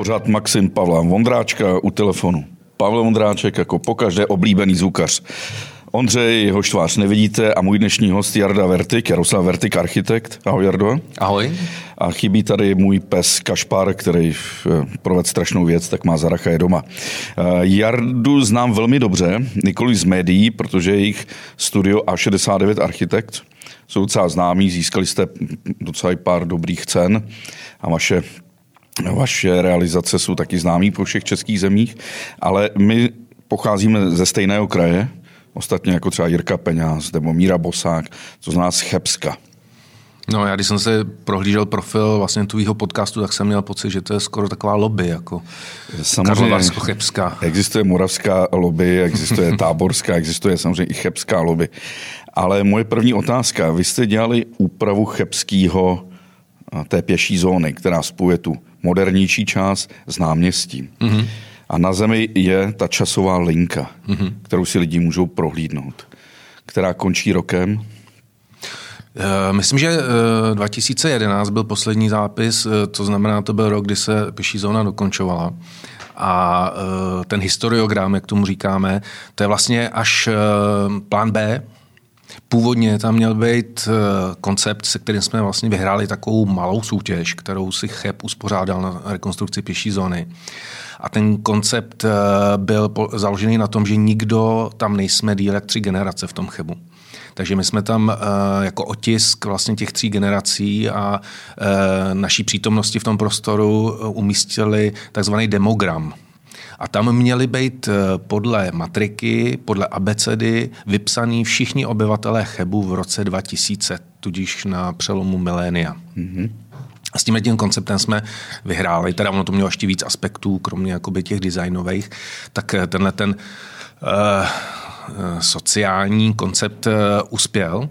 Pořád Maxim Pavla Vondráčka u telefonu. Pavel Vondráček jako pokaždé oblíbený zvukař. Ondřej, jehož tvář nevidíte, a můj dnešní host Jarda Vertik, Jaroslav Vertik, architekt. Ahoj, Jardo. Ahoj. A chybí tady můj pes Kašpar, který provedl strašnou věc, tak má Zaracha je doma. Jardu znám velmi dobře, nikoli z médií, protože jejich studio A69 Architekt jsou docela známí, získali jste docela i pár dobrých cen a vaše realizace jsou taky známý po všech českých zemích, ale my pocházíme ze stejného kraje, ostatně jako třeba Jirka Peňáz nebo Míra Bosák, to zná z Chebska. No, já když jsem se prohlížel profil vlastně tvýho podcastu, tak jsem měl pocit, že to je skoro taková lobby, jako Karlovarsko-chebská. Existuje moravská lobby, existuje táborská, existuje samozřejmě i chebská lobby. Ale moje první otázka, vy jste dělali úpravu chebského té pěší zóny, která spojuje tu modernější část s náměstím. Mm-hmm. A na zemi je ta časová linka, kterou si lidi můžou prohlídnout, která končí rokem. Myslím, že 2011 byl poslední zápis, to znamená, to byl rok, kdy se pěší zóna dokončovala. A ten historiogram, jak tomu říkáme, to je vlastně až plán B. Původně tam měl být koncept, se kterým jsme vlastně vyhráli takovou malou soutěž, kterou si Cheb uspořádal na rekonstrukci pěší zóny. A ten koncept byl založený na tom, že nikdo tam nejsme díl jak 3 generace v tom Chebu. Takže my jsme tam jako otisk vlastně těch 3 generací a naší přítomnosti v tom prostoru umístili takzvaný demogram. A tam měli být podle matriky, podle abecedy vypsaní všichni obyvatelé Chebu v roce 2000, tudíž na přelomu milénia. Mm-hmm. A s tím konceptem jsme vyhráli, teda ono to mělo ještě víc aspektů, kromě jakoby těch designových, tak tenhle ten sociální koncept uspěl.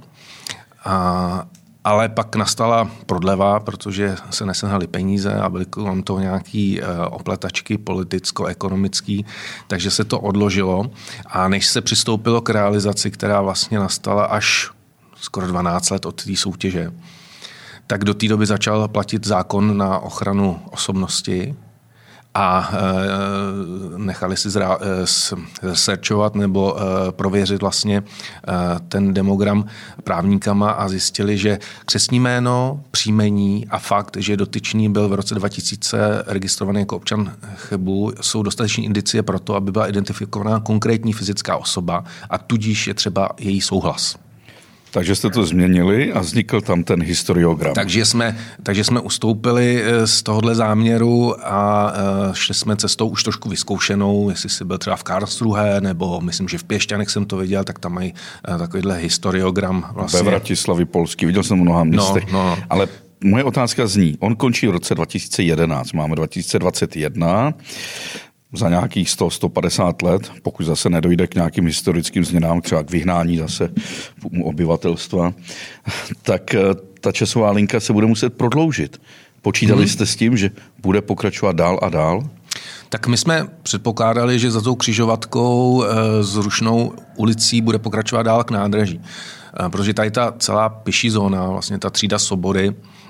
Ale pak nastala prodleva, protože se nesehnali peníze a byly kolem toho nějaký opletačky politicko-ekonomický, takže se to odložilo. A než se přistoupilo k realizaci, která vlastně nastala až skoro 12 let od té soutěže, tak do té doby začal platit zákon na ochranu osobnosti a nechali si searchovat nebo prověřit vlastně ten demogram právníkama a zjistili, že křestní jméno, příjmení a fakt, že dotyčný byl v roce 2000 registrovaný jako občan Chebu, jsou dostatečné indicie pro to, aby byla identifikovaná konkrétní fyzická osoba a tudíž je třeba její souhlas. Takže jste to změnili a vznikl tam ten historiogram. Takže jsme ustoupili z tohohle záměru a šli jsme cestou už trošku vyzkoušenou, jestli jsi byl třeba v Karlsruhe, nebo myslím, že v Pěšťanech jsem to viděl, tak tam mají takovýhle historiogram. Vlastně. Ve Vratislavi polský, viděl jsem v mnoha místech. No. Ale moje otázka zní, on končí v roce 2011, máme 2021, za nějakých 100-150 let, pokud zase nedojde k nějakým historickým změnám, třeba k vyhnání zase obyvatelstva, tak ta časová linka se bude muset prodloužit. Počítali jste s tím, že bude pokračovat dál a dál? Tak my jsme předpokládali, že za tou křižovatkou s rušnou ulicí bude pokračovat dál k nádraží. Protože tady ta celá pěší zóna, vlastně ta třída Svobody,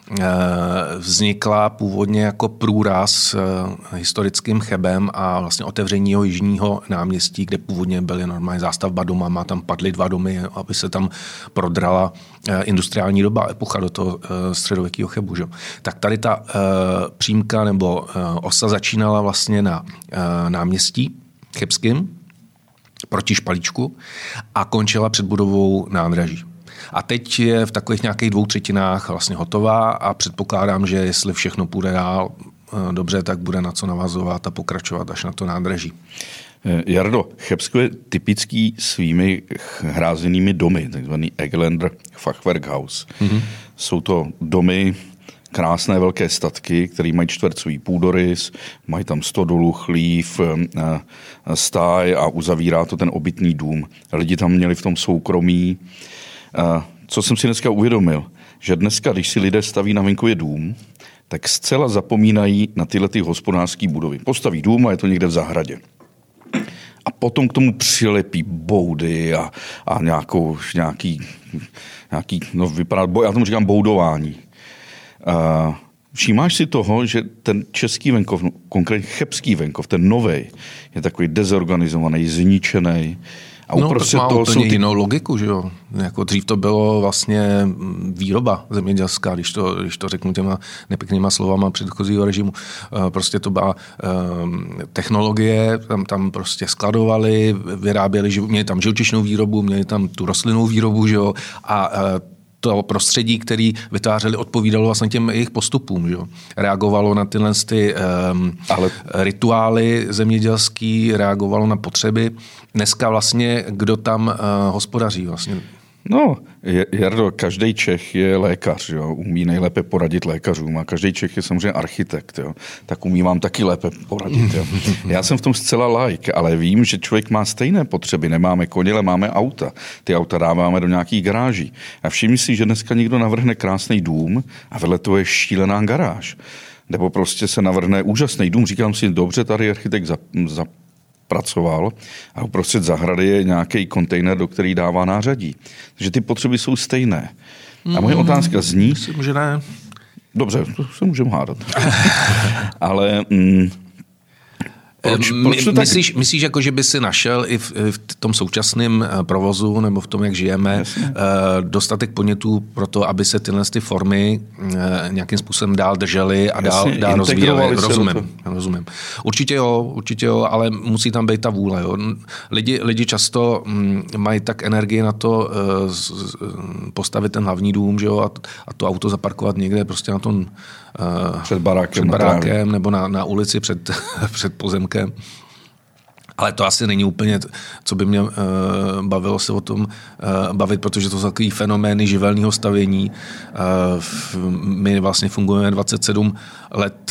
vznikla původně jako průraz historickým Chebem a vlastně otevření jeho jižního náměstí, kde původně byly normální zástavba domama, tam padly 2 domy, aby se tam prodrala industriální doba, epocha do toho středověkého Chebu. Že? Tak tady ta přímka nebo osa začínala vlastně na náměstí chebským proti Špalíčku a končila před budovou nádraží. A teď je v takových nějakých 2/3 vlastně hotová a předpokládám, že jestli všechno půjde dál dobře, tak bude na co navazovat a pokračovat až na to nádraží. Jardo, Chebsko je typický svými hrázenými domy, takzvaný Egländer Fachwerkhaus. Mm-hmm. Jsou to domy, krásné velké statky, které mají čtvercový půdorys, mají tam stodolu, chlív, stáj a uzavírá to ten obytný dům. Lidi tam měli v tom soukromí. Co jsem si dneska uvědomil, že dneska, když si lidé staví na venkově dům, tak zcela zapomínají na tyhle hospodářské budovy. Postaví dům a je to někde v zahradě. A potom k tomu přilepí boudy a nějaký, no vypadá, já tomu říkám boudování. Všímáš si toho, že ten český venkov, konkrétně chebský venkov, ten novej, je takový dezorganizovaný, zničený. A to má úplně jinou logiku, že jo. Jako dřív to bylo vlastně výroba zemědělská, když to řeknu těma nepěknýma slovama předchozího režimu. Prostě to byla technologie, tam prostě skladovali, vyráběli, měli tam živočišnou výrobu, měli tam tu rostlinnou výrobu, že jo. A to prostředí, který vytvářeli, odpovídalo vlastně těm jejich postupům. Že? Reagovalo na tyhle rituály zemědělský, reagovalo na potřeby. Dneska vlastně, kdo tam hospodaří vlastně? No, Jardo, každý Čech je lékař, jo? Umí nejlépe poradit lékařům a každý Čech je samozřejmě architekt, jo? Tak umí vám taky lépe poradit. Jo? Já jsem v tom zcela like, ale vím, že člověk má stejné potřeby. Nemáme koně, ale máme auta. Ty auta dáváme do nějakých garáží. A všimni si, že dneska někdo navrhne krásný dům a vedle toho je šílená garáž. Nebo prostě se navrhne úžasný dům. Říkám si, dobře, tady architekt pracoval a uprostřed zahrady je nějaký kontejner, do který dává nářadí. Takže ty potřeby jsou stejné. A moje otázka zní... Myslím, že ne. Dobře, to se můžeme hádat. Ale... Myslíš, jako, že by si našel i v tom současném provozu nebo v tom, jak žijeme, dostatek podnětů pro to, aby se tyhle formy nějakým způsobem dál držely a dál rozvíjely? Rozumím. Určitě jo, ale musí tam být ta vůle. Jo. Lidi často mají tak energii na to postavit ten hlavní dům, že jo, a to auto zaparkovat někde prostě na tom před barákem nebo na ulici před pozemkem. Ale to asi není úplně, co by mě bavilo se o tom bavit, protože to jsou takový fenomény živelného stavění. My vlastně fungujeme 27 let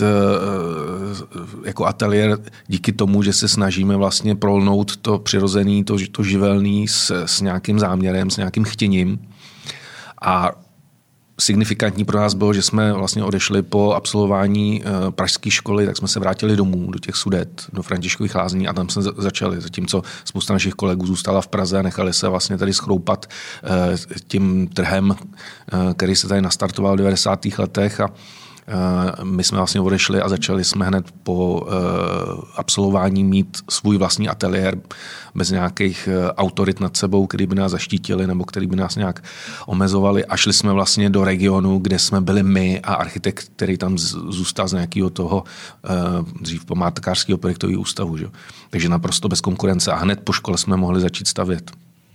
jako ateliér díky tomu, že se snažíme vlastně prolnout to přirozený, to živelný s nějakým záměrem, s nějakým chtěním. A signifikantní pro nás bylo, že jsme vlastně odešli po absolvování pražské školy, tak jsme se vrátili domů do těch Sudet, do Františkových Lázní a tam jsme začali. Zatímco spousta našich kolegů zůstala v Praze a nechali se vlastně tady schroupat tím trhem, který se tady nastartoval v 90. letech a my jsme vlastně odešli a začali jsme hned po absolvování mít svůj vlastní ateliér bez nějakých autorit nad sebou, který by nás zaštítili nebo který by nás nějak omezovali a šli jsme vlastně do regionu, kde jsme byli my a architekt, který tam zůstal z nějakého toho dřív památkářského projektového ústavu. Že? Takže naprosto bez konkurence a hned po škole jsme mohli začít stavět.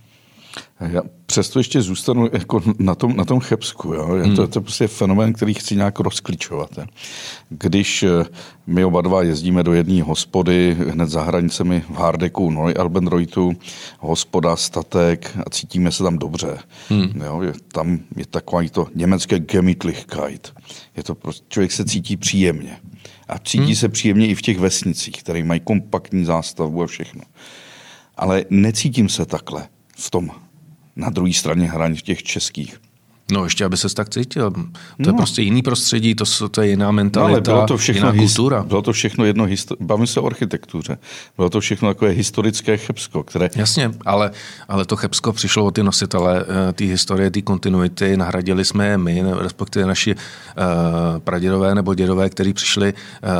Já přesto ještě zůstanu jako na tom Chebsku. Jo? To je prostě fenomén, který chci nějak rozklíčovat. Když my oba dva jezdíme do jedné hospody hned za hranicemi v Hardeku, Neualbenreutu, hospoda, statek a cítíme se tam dobře. Jo? Tam je takový to německé Gemütlichkeit. Je to prostě, člověk se cítí příjemně. A cítí se příjemně i v těch vesnicích, které mají kompaktní zástavbu a všechno. Ale necítím se takhle v tom na druhé straně hranic těch českých. No ještě, aby ses tak cítil. To je prostě jiný prostředí, to je jiná mentalita, jiná kultura. Bylo to všechno bavím se o architektuře, bylo to všechno takové historické Chebsko, které... Jasně, ale to Chebsko přišlo od ty nositele, ty historie, ty kontinuity, nahradili jsme je my, respektive naši pradědové nebo dědové, kteří přišli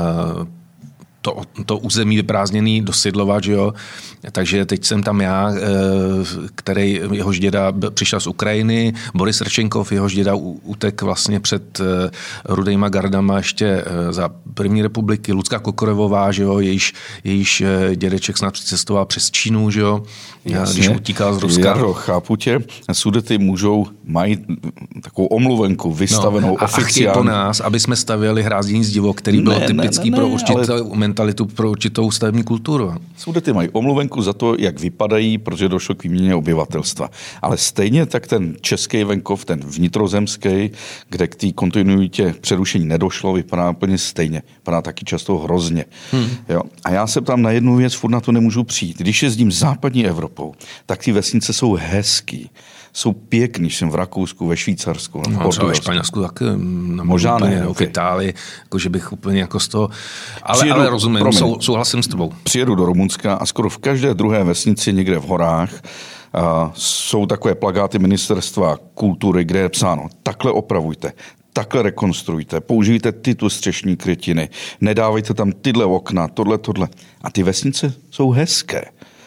to území vyprázdněný dosidlovat, že jo. Takže teď jsem tam já, který jehož děda přišel z Ukrajiny, Boris Rčenkov, jehož děda utek vlastně před rudejma gardama ještě za první republiky, Lucka Kokorevová, že jo, jejíž dědeček snad přicestoval přes Čínu, že jo, když utíkal z Ruska. Jaro, chápu tě, Sudety mají takovou omluvenku vystavenou oficiálně. A po nás, aby jsme stavěli Hrázdění zdivo, který byl typický pro určitou mentalitu, pro určitou stavební kulturu. Sudety mají omluvenku za to, jak vypadají, protože došlo k výměně obyvatelstva. Ale stejně tak ten český venkov, ten vnitrozemský, kde k té kontinuitě přerušení nedošlo, vypadá úplně stejně. Vypadá taky často hrozně. Jo. A já se ptám na jednu věc, furt na to nemůžu přijít. Když jezdím západní Evropou, tak ty vesnice jsou hezký. Jsou pěkný, jsem v Rakousku, ve Švýcarsku. Třeba ve Španělsku taky, možná ne, v Itálii, jakože bych úplně jako z toho, ale rozumím, souhlasím s tebou. Přijedu do Rumunska a skoro v každé druhé vesnici někde v horách jsou takové plakáty ministerstva kultury, kde je psáno, takhle opravujte, takhle rekonstruujte, použijte tyto střešní krytiny, nedávejte tam tyhle okna, tohle. A ty vesnice jsou hezké.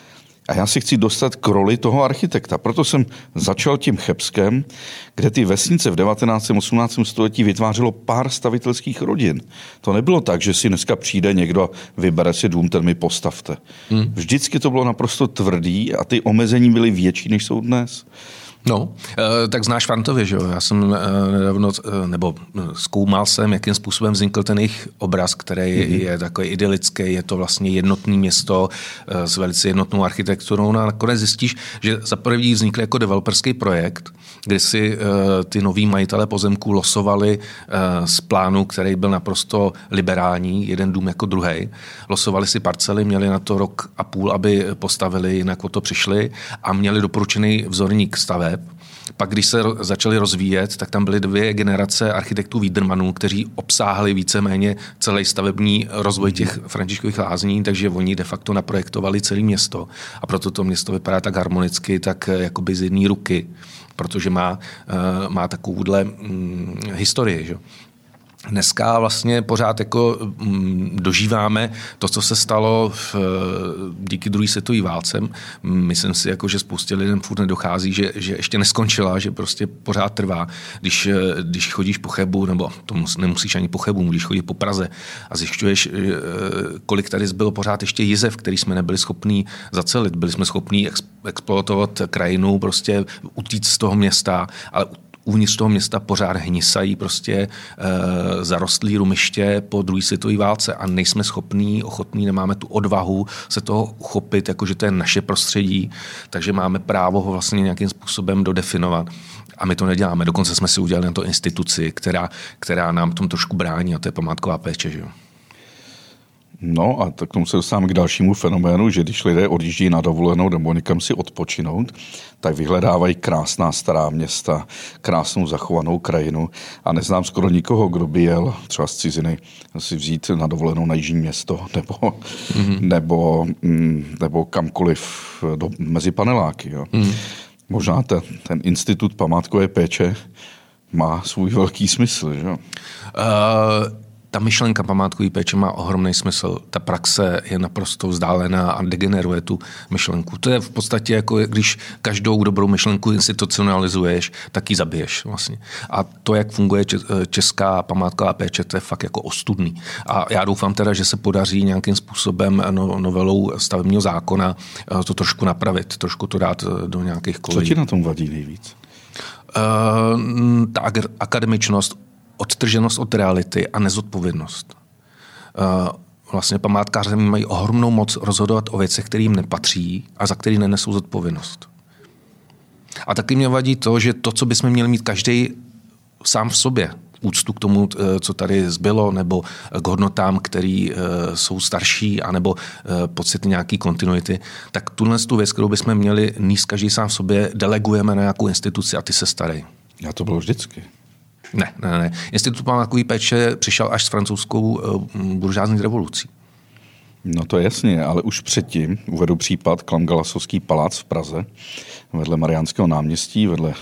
A já si chci dostat k roli toho architekta. Proto jsem začal tím Chebskem, kde ty vesnice v 19. 18. století vytvářelo pár stavitelských rodin. To nebylo tak, že si dneska přijde někdo a vybere si dům, ten mi postavte. Vždycky to bylo naprosto tvrdý a ty omezení byly větší, než jsou dnes. No, tak znáš Frantově, že jo? Já jsem nedávno, nebo zkoumal jsem, jakým způsobem vznikl ten jejich obraz, který je takový idylický, je to vlastně jednotné město s velice jednotnou architekturou. No a nakonec zjistíš, že za první vznikl jako developerský projekt, kdy si ty noví majitelé pozemků losovali z plánu, který byl naprosto liberální, jeden dům jako druhý. Losovali si parcely, měli na to rok a půl, aby postavili, jinak o to přišli a měli doporučený vzorník staveb. Pak, když se začali rozvíjet, tak tam byly 2 generace architektů Wiedermannů, kteří obsáhli víceméně celý stavební rozvoj těch Františkových lázní, takže oni de facto naprojektovali celé město. A proto to město vypadá tak harmonicky, tak jakoby z jedné ruky, protože má takovouhle historii. Že? Dneska vlastně pořád jako dožíváme to, co se stalo díky druhé světové válce. Myslím si, jako, že spoustě lidem furt nedochází, že ještě neskončila, že prostě pořád trvá. Když chodíš po Chebu, nebo to nemusíš ani po Chebu, když chodíš po Praze a zjišťuješ, kolik tady bylo pořád ještě jizev, který jsme nebyli schopní zacelit. Byli jsme schopní exploatovat krajinu, prostě utíct z toho města, ale uvnitř toho města pořád hnisají prostě zarostlý rumiště po druhé světové válce a nejsme ochotní, nemáme tu odvahu se toho uchopit, jakože to je naše prostředí, takže máme právo ho vlastně nějakým způsobem dodefinovat. A my to neděláme. Dokonce jsme si udělali na to instituci, která nám v tom trošku brání, a to je památková péče. Že? No a tak tomu se dostáváme k dalšímu fenoménu, že když lidé odjíždí na dovolenou nebo někam si odpočinout, tak vyhledávají krásná stará města, krásnou zachovanou krajinu a neznám skoro nikoho, kdo by jel třeba z ciziny si vzít na dovolenou na jižní město nebo kamkoliv mezi paneláky. Jo. Možná ten institut památkové péče má svůj velký smysl, že? Ta myšlenka památkové péče má ohromný smysl. Ta praxe je naprosto vzdálená a degeneruje tu myšlenku. To je v podstatě jako když každou dobrou myšlenku institucionalizuješ, tak ji zabiješ vlastně. A to, jak funguje česká památková péče, to je fakt jako ostudný. A já doufám teda, že se podaří nějakým způsobem novelou stavebního zákona to trošku napravit, trošku to dát do nějakých kolejí. Co ti na tom vadí nejvíc? Ta akademičnost, odtrženost od reality a nezodpovědnost. Vlastně památkáři mají ohromnou moc rozhodovat o věcech, které jim nepatří a za které nenesou zodpovědnost. A taky mě vadí to, že to, co bychom měli mít každý sám v sobě, úctu k tomu, co tady zbylo, nebo k hodnotám, které jsou starší, anebo pocit nějaký kontinuity, tak tuhle tu věc, kterou bychom měli nést každý sám v sobě, delegujeme na nějakou instituci a ty se starej. Já to bylo vždycky. Ne. Institut památkové péče přišel až s francouzskou buržoazní revolucí. No to je jasně, ale už předtím uvedu případ Klamgalasovský palác v Praze, vedle Mariánského náměstí, vedle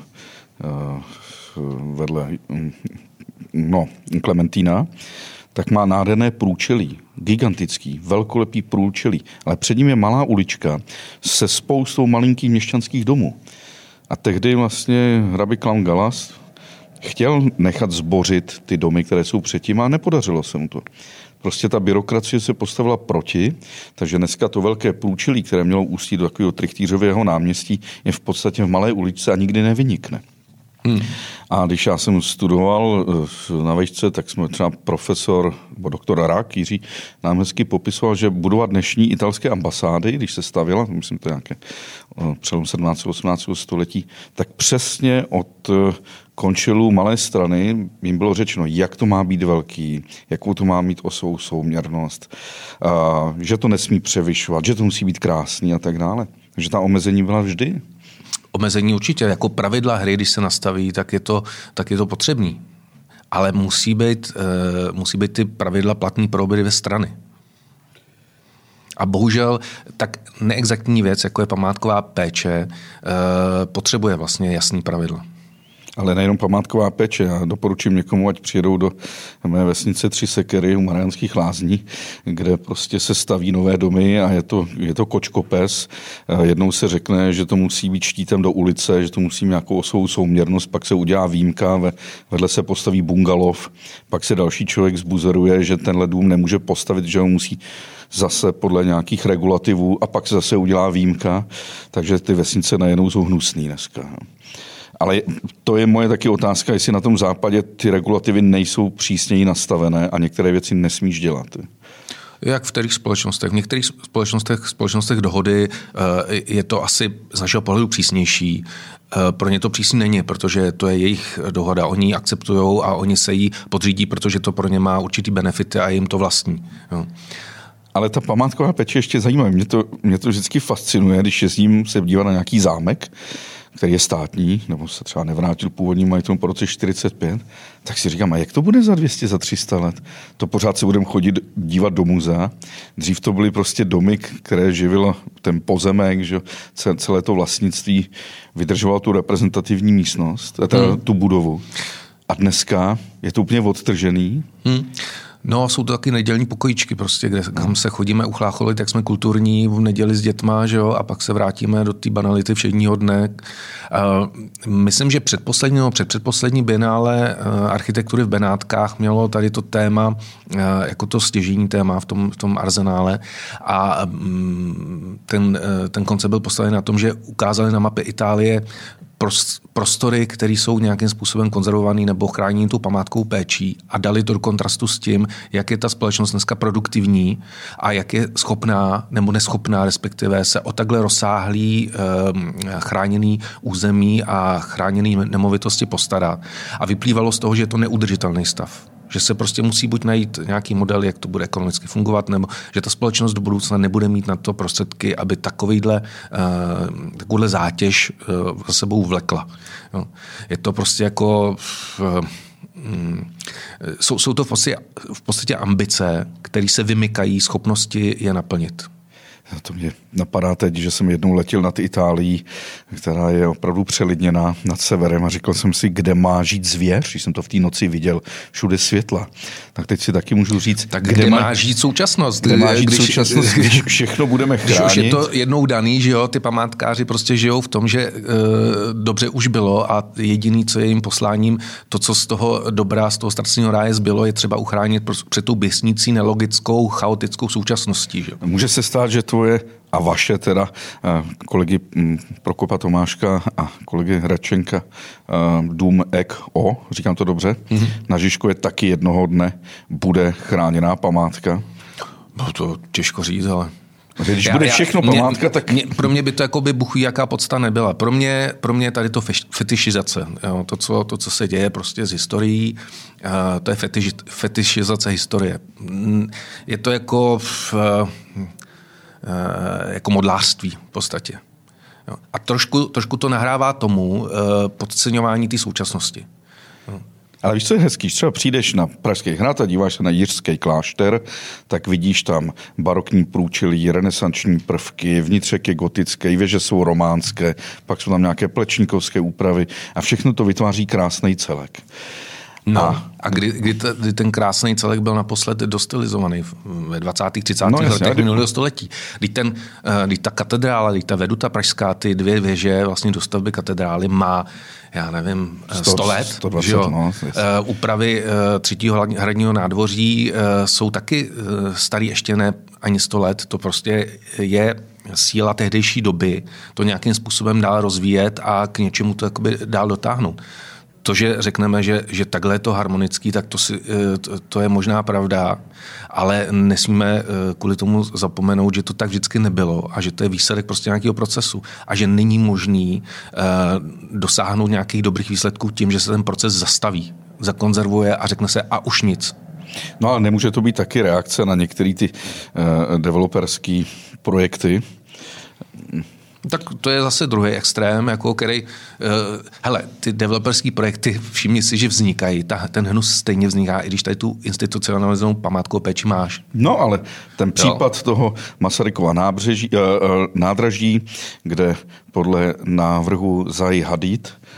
Klementína, tak má nádherné průčelí, gigantický, velkolepý průčelí, ale před ním je malá ulička se spoustou malinkých měšťanských domů. A tehdy vlastně hrabě Klamgalas chtěl nechat zbořit ty domy, které jsou předtím, a nepodařilo se mu to. Prostě ta byrokracie se postavila proti, takže dneska to velké průčelí, které mělo ústí do takového Trichtýřového náměstí, je v podstatě v malé uličce a nikdy nevynikne. A když já jsem studoval na vejšce, tak jsme třeba profesor, nebo doktor Rák Jiří nám hezky popisoval, že budova dnešní italské ambasády, když se stavěla, myslím, to je nějaké přelom 17. 18. století, tak přesně od končelů Malé Strany jim bylo řečeno, jak to má být velký, jakou to má mít osovou souměrnost, že to nesmí převyšovat, že to musí být krásný a tak dále. Takže ta omezení byla vždy. Omezení určitě, jako pravidla hry, když se nastaví, tak je to potřebný. Ale musí být ty pravidla platný pro obě dvě strany. A bohužel tak neexaktní věc, jako je památková péče, potřebuje vlastně jasný pravidla. Ale nejenom památková péče. Já doporučím někomu, ať přijedou do mé vesnice 3 Sekery u Mariánských Lázní, kde prostě se staví nové domy a je to kočkopes. Jednou se řekne, že to musí být štítem do ulice, že to musí mít nějakou osovou souměrnost, pak se udělá výjimka, vedle se postaví bungalov, pak se další člověk zbuzeruje, že tenhle dům nemůže postavit, že ho musí zase podle nějakých regulativů a pak se zase udělá výjimka, takže ty vesnice najednou jsou hnusný dneska. Ale to je moje taky otázka, jestli na tom západě ty regulativy nejsou přísněji nastavené a některé věci nesmíš dělat. Jak v kterých společnostech? V některých společnostech dohody je to asi z našeho pohledu přísnější. Pro ně to přísný není, protože to je jejich dohoda. Oni ji akceptují a oni se jí podřídí, protože to pro ně má určitý benefity a je jim to vlastní. Jo. Ale ta památková péče ještě zajímavá. Mě to vždycky fascinuje, když jezdím se dívat na nějaký zámek, který je státní, nebo se třeba nevrátil původním majitelům po roce 45, tak si říkám, a jak to bude za 200, za 300 let? To pořád si budeme chodit dívat do muzea. Dřív to byly prostě domy, které živilo ten pozemek, že celé to vlastnictví vydržovalo tu reprezentativní místnost, tu budovu. A dneska je to úplně odtržený. No, jsou to taky nedělní pokojíčky prostě, kam se chodíme uchlácholit, jak jsme kulturní v neděli s dětma, že jo, a pak se vrátíme do té banality všedního dne. Myslím, že předposlední biennále architektury v Benátkách mělo tady to téma, jako to stěžejní téma v tom arzenále a ten koncept byl postaven na tom, že ukázali na mapě Itálie prostory, které jsou nějakým způsobem konzervované nebo chráněny tu památkou péčí a dali to do kontrastu s tím, jak je ta společnost dneska produktivní a jak je schopná nebo neschopná respektive se o takhle rozsáhlý chráněný území a chráněný nemovitosti postarat. A vyplývalo z toho, že je to neudržitelný stav. Že se prostě musí buď najít nějaký model, jak to bude ekonomicky fungovat, nebo že ta společnost do budoucna nebude mít na to prostředky, aby takovouhle zátěž za sebou vlekla. Jo. Je to prostě jako... Jsou to v podstatě ambice, které se vymykají schopnosti je naplnit. To mě napadá teď, že jsem jednou letěl nad Itálií, která je opravdu přelidněná nad severem a říkal jsem si, kde má žít zvěř, když jsem to v té noci viděl, všude světla. Tak teď si taky můžu říct, tak kde má žít současnost? Kde má žít současnost, když všechno budeme chránit? Když už je to jednou daný, že jo, ty památkáři prostě žijou v tom, že dobře už bylo a jediný, co je jim posláním, to, co z toho dobra, z toho ztraceného ráje zbylo, je třeba uchránit před tou běsnící, nelogickou, chaotickou současností. Že? Může se stát, že tvoje a vaše teda kolegy Prokopa Tomáška a kolegy Hradčenka dům EKO, říkám to dobře, na Žižkově taky jednoho dne bude chráněná památka? No to těžko říct, ale... Když bude všechno památka, tak... Pro mě by to jako by buchví jaká podsta nebyla. Pro mě tady to fetišizace. Jo, to, co se děje prostě z historií, to je fetišizace historie. Je to jako modlářství v podstatě. Jo. A trošku to nahrává tomu podceňování té současnosti. Jo. Ale víš, co je hezký? Když třeba přijdeš na Pražský hrad a díváš se na Jiřský klášter, tak vidíš tam barokní průčelí, renesanční prvky, vnitřek je gotický, věže jsou románské, pak jsou tam nějaké plečníkovské úpravy a všechno to vytváří krásný celek. No, a kdy ten krásný celek byl naposled dostylizovaný ve 20. 30. letech minulého století. Kdy ta katedrála, ta Veduta pražská, ty 2 věže vlastně dostavby katedrály má, já nevím, 100 let. 120, no, úpravy 3. hradního nádvoří jsou taky starý ještě ne ani 100 let. To prostě je síla tehdejší doby to nějakým způsobem dál rozvíjet a k něčemu to jakoby dál dotáhnout. To, že řekneme, že takhle je to harmonický, tak to je možná pravda, ale nesmíme kvůli tomu zapomenout, že to tak vždycky nebylo a že to je výsledek prostě nějakého procesu a že není možný dosáhnout nějakých dobrých výsledků tím, že se ten proces zastaví, zakonzervuje a řekne se a už nic. No ale nemůže to být taky reakce na některé ty developerské projekty? Tak to je zase druhý extrém, jako který, ty developerský projekty, všimni si, že vznikají. Ten hnus stejně vzniká, i když tady tu institucionalizovanou památkovou péči máš. No, ale ten případ toho Masarykova nádraží, kde podle návrhu Zahi Hadid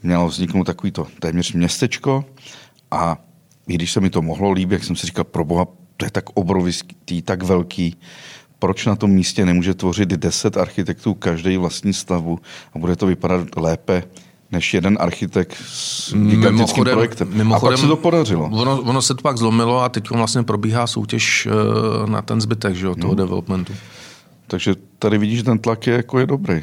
mělo vzniknout takovýto téměř městečko a i když se mi to mohlo líbit, jak jsem si říkal, proboha, to je tak obrovský, tak velký, proč na tom místě nemůže tvořit 10 architektů každý vlastní stavbu a bude to vypadat lépe než jeden architekt s gigantickým projektem. A pak se to podařilo. Ono se to pak zlomilo a teď vlastně probíhá soutěž na ten zbytek, že, toho developmentu. Takže tady vidíš, že ten tlak je dobrý.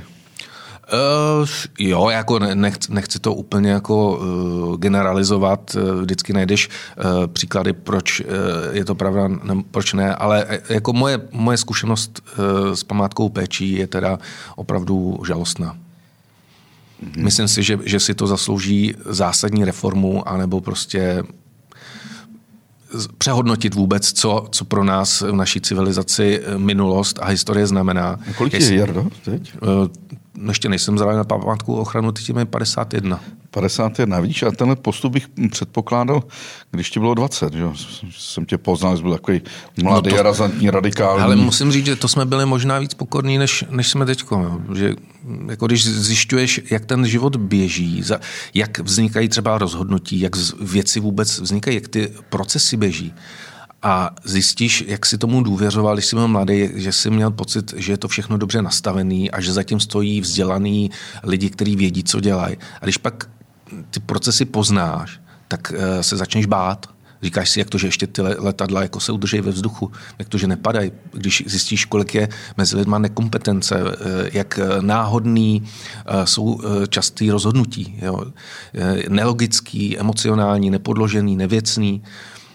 Jo, jako nechci to úplně jako generalizovat, vždycky najdeš příklady, proč je to pravda, proč ne, ale jako moje zkušenost s památkou péčí je teda opravdu žalostná. Myslím si, že si to zaslouží zásadní reformu, anebo prostě přehodnotit vůbec, co pro nás v naší civilizaci minulost a historie znamená. A kolik je Jardo teď? Ještě nejsem zralý na památku ochranu, teď je 51. 51, vidíš, a tenhle postup bych předpokládal, když ti bylo 20, že? Jsem tě poznal, jsi byl takový mladý, razantní, radikální. Ale musím říct, že to jsme byli možná víc pokorní, než jsme teďko. Že jako když zjišťuješ, jak ten život běží, jak vznikají třeba rozhodnutí, jak věci vůbec vznikají, jak ty procesy běží, a zjistíš, jak si tomu důvěřoval, když jsi byl mladý, že jsi měl pocit, že je to všechno dobře nastavený a že zatím stojí vzdělaný lidi, kteří vědí, co dělají. A když pak ty procesy poznáš, tak se začneš bát. Říkáš si, jak to, že ještě ty letadla jako se udrží ve vzduchu, jak to, že nepadají. Když zjistíš, kolik je mezi lidma nekompetence, jak náhodný jsou častý rozhodnutí. Jo? Nelogický, emocionální, nepodložený, nevěcný.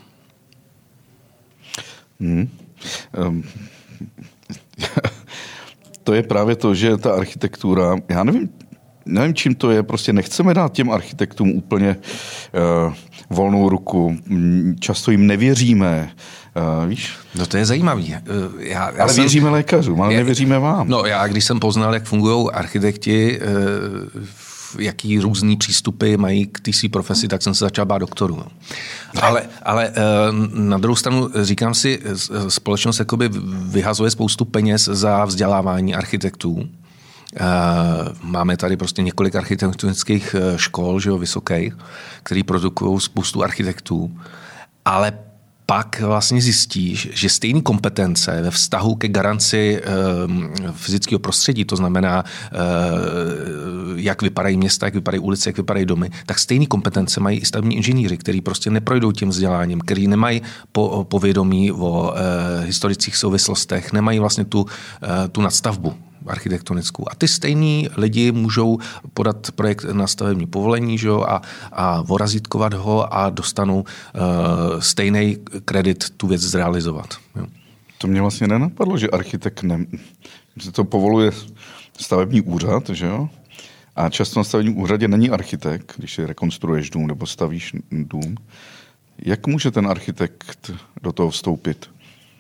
To je právě to, že ta architektura, já nevím, čím to je, prostě nechceme dát těm architektům úplně volnou ruku, často jim nevěříme, víš? No to je zajímavý. Ale věříme lékařům, ale nevěříme vám. No já, když jsem poznal, jak fungují architekti, jaký různý přístupy mají k té své profesi, tak jsem se začal bát doktorů. No. Ale na druhou stranu říkám si, společnost jakoby vyhazuje spoustu peněz za vzdělávání architektů. Máme tady prostě několik architektonických škol, že jo, vysokých, který produkují spoustu architektů, ale pak vlastně zjistíš, že stejné kompetence ve vztahu ke garanci fyzického prostředí, to znamená, jak vypadají města, jak vypadají ulice, jak vypadají domy, tak stejné kompetence mají i stavební inženýři, kteří prostě neprojdou tím vzděláním, kteří nemají povědomí o historických souvislostech, nemají vlastně tu nadstavbu architektonickou. A ty stejní lidi můžou podat projekt na stavební povolení, že jo, a vorazítkovat ho a dostanou stejný kredit tu věc zrealizovat. Jo. To mě vlastně nenapadlo, že architekt se to povoluje stavební úřad, že jo? A často na stavebním úřadě není architekt, když si rekonstruuješ dům nebo stavíš dům. Jak může ten architekt do toho vstoupit?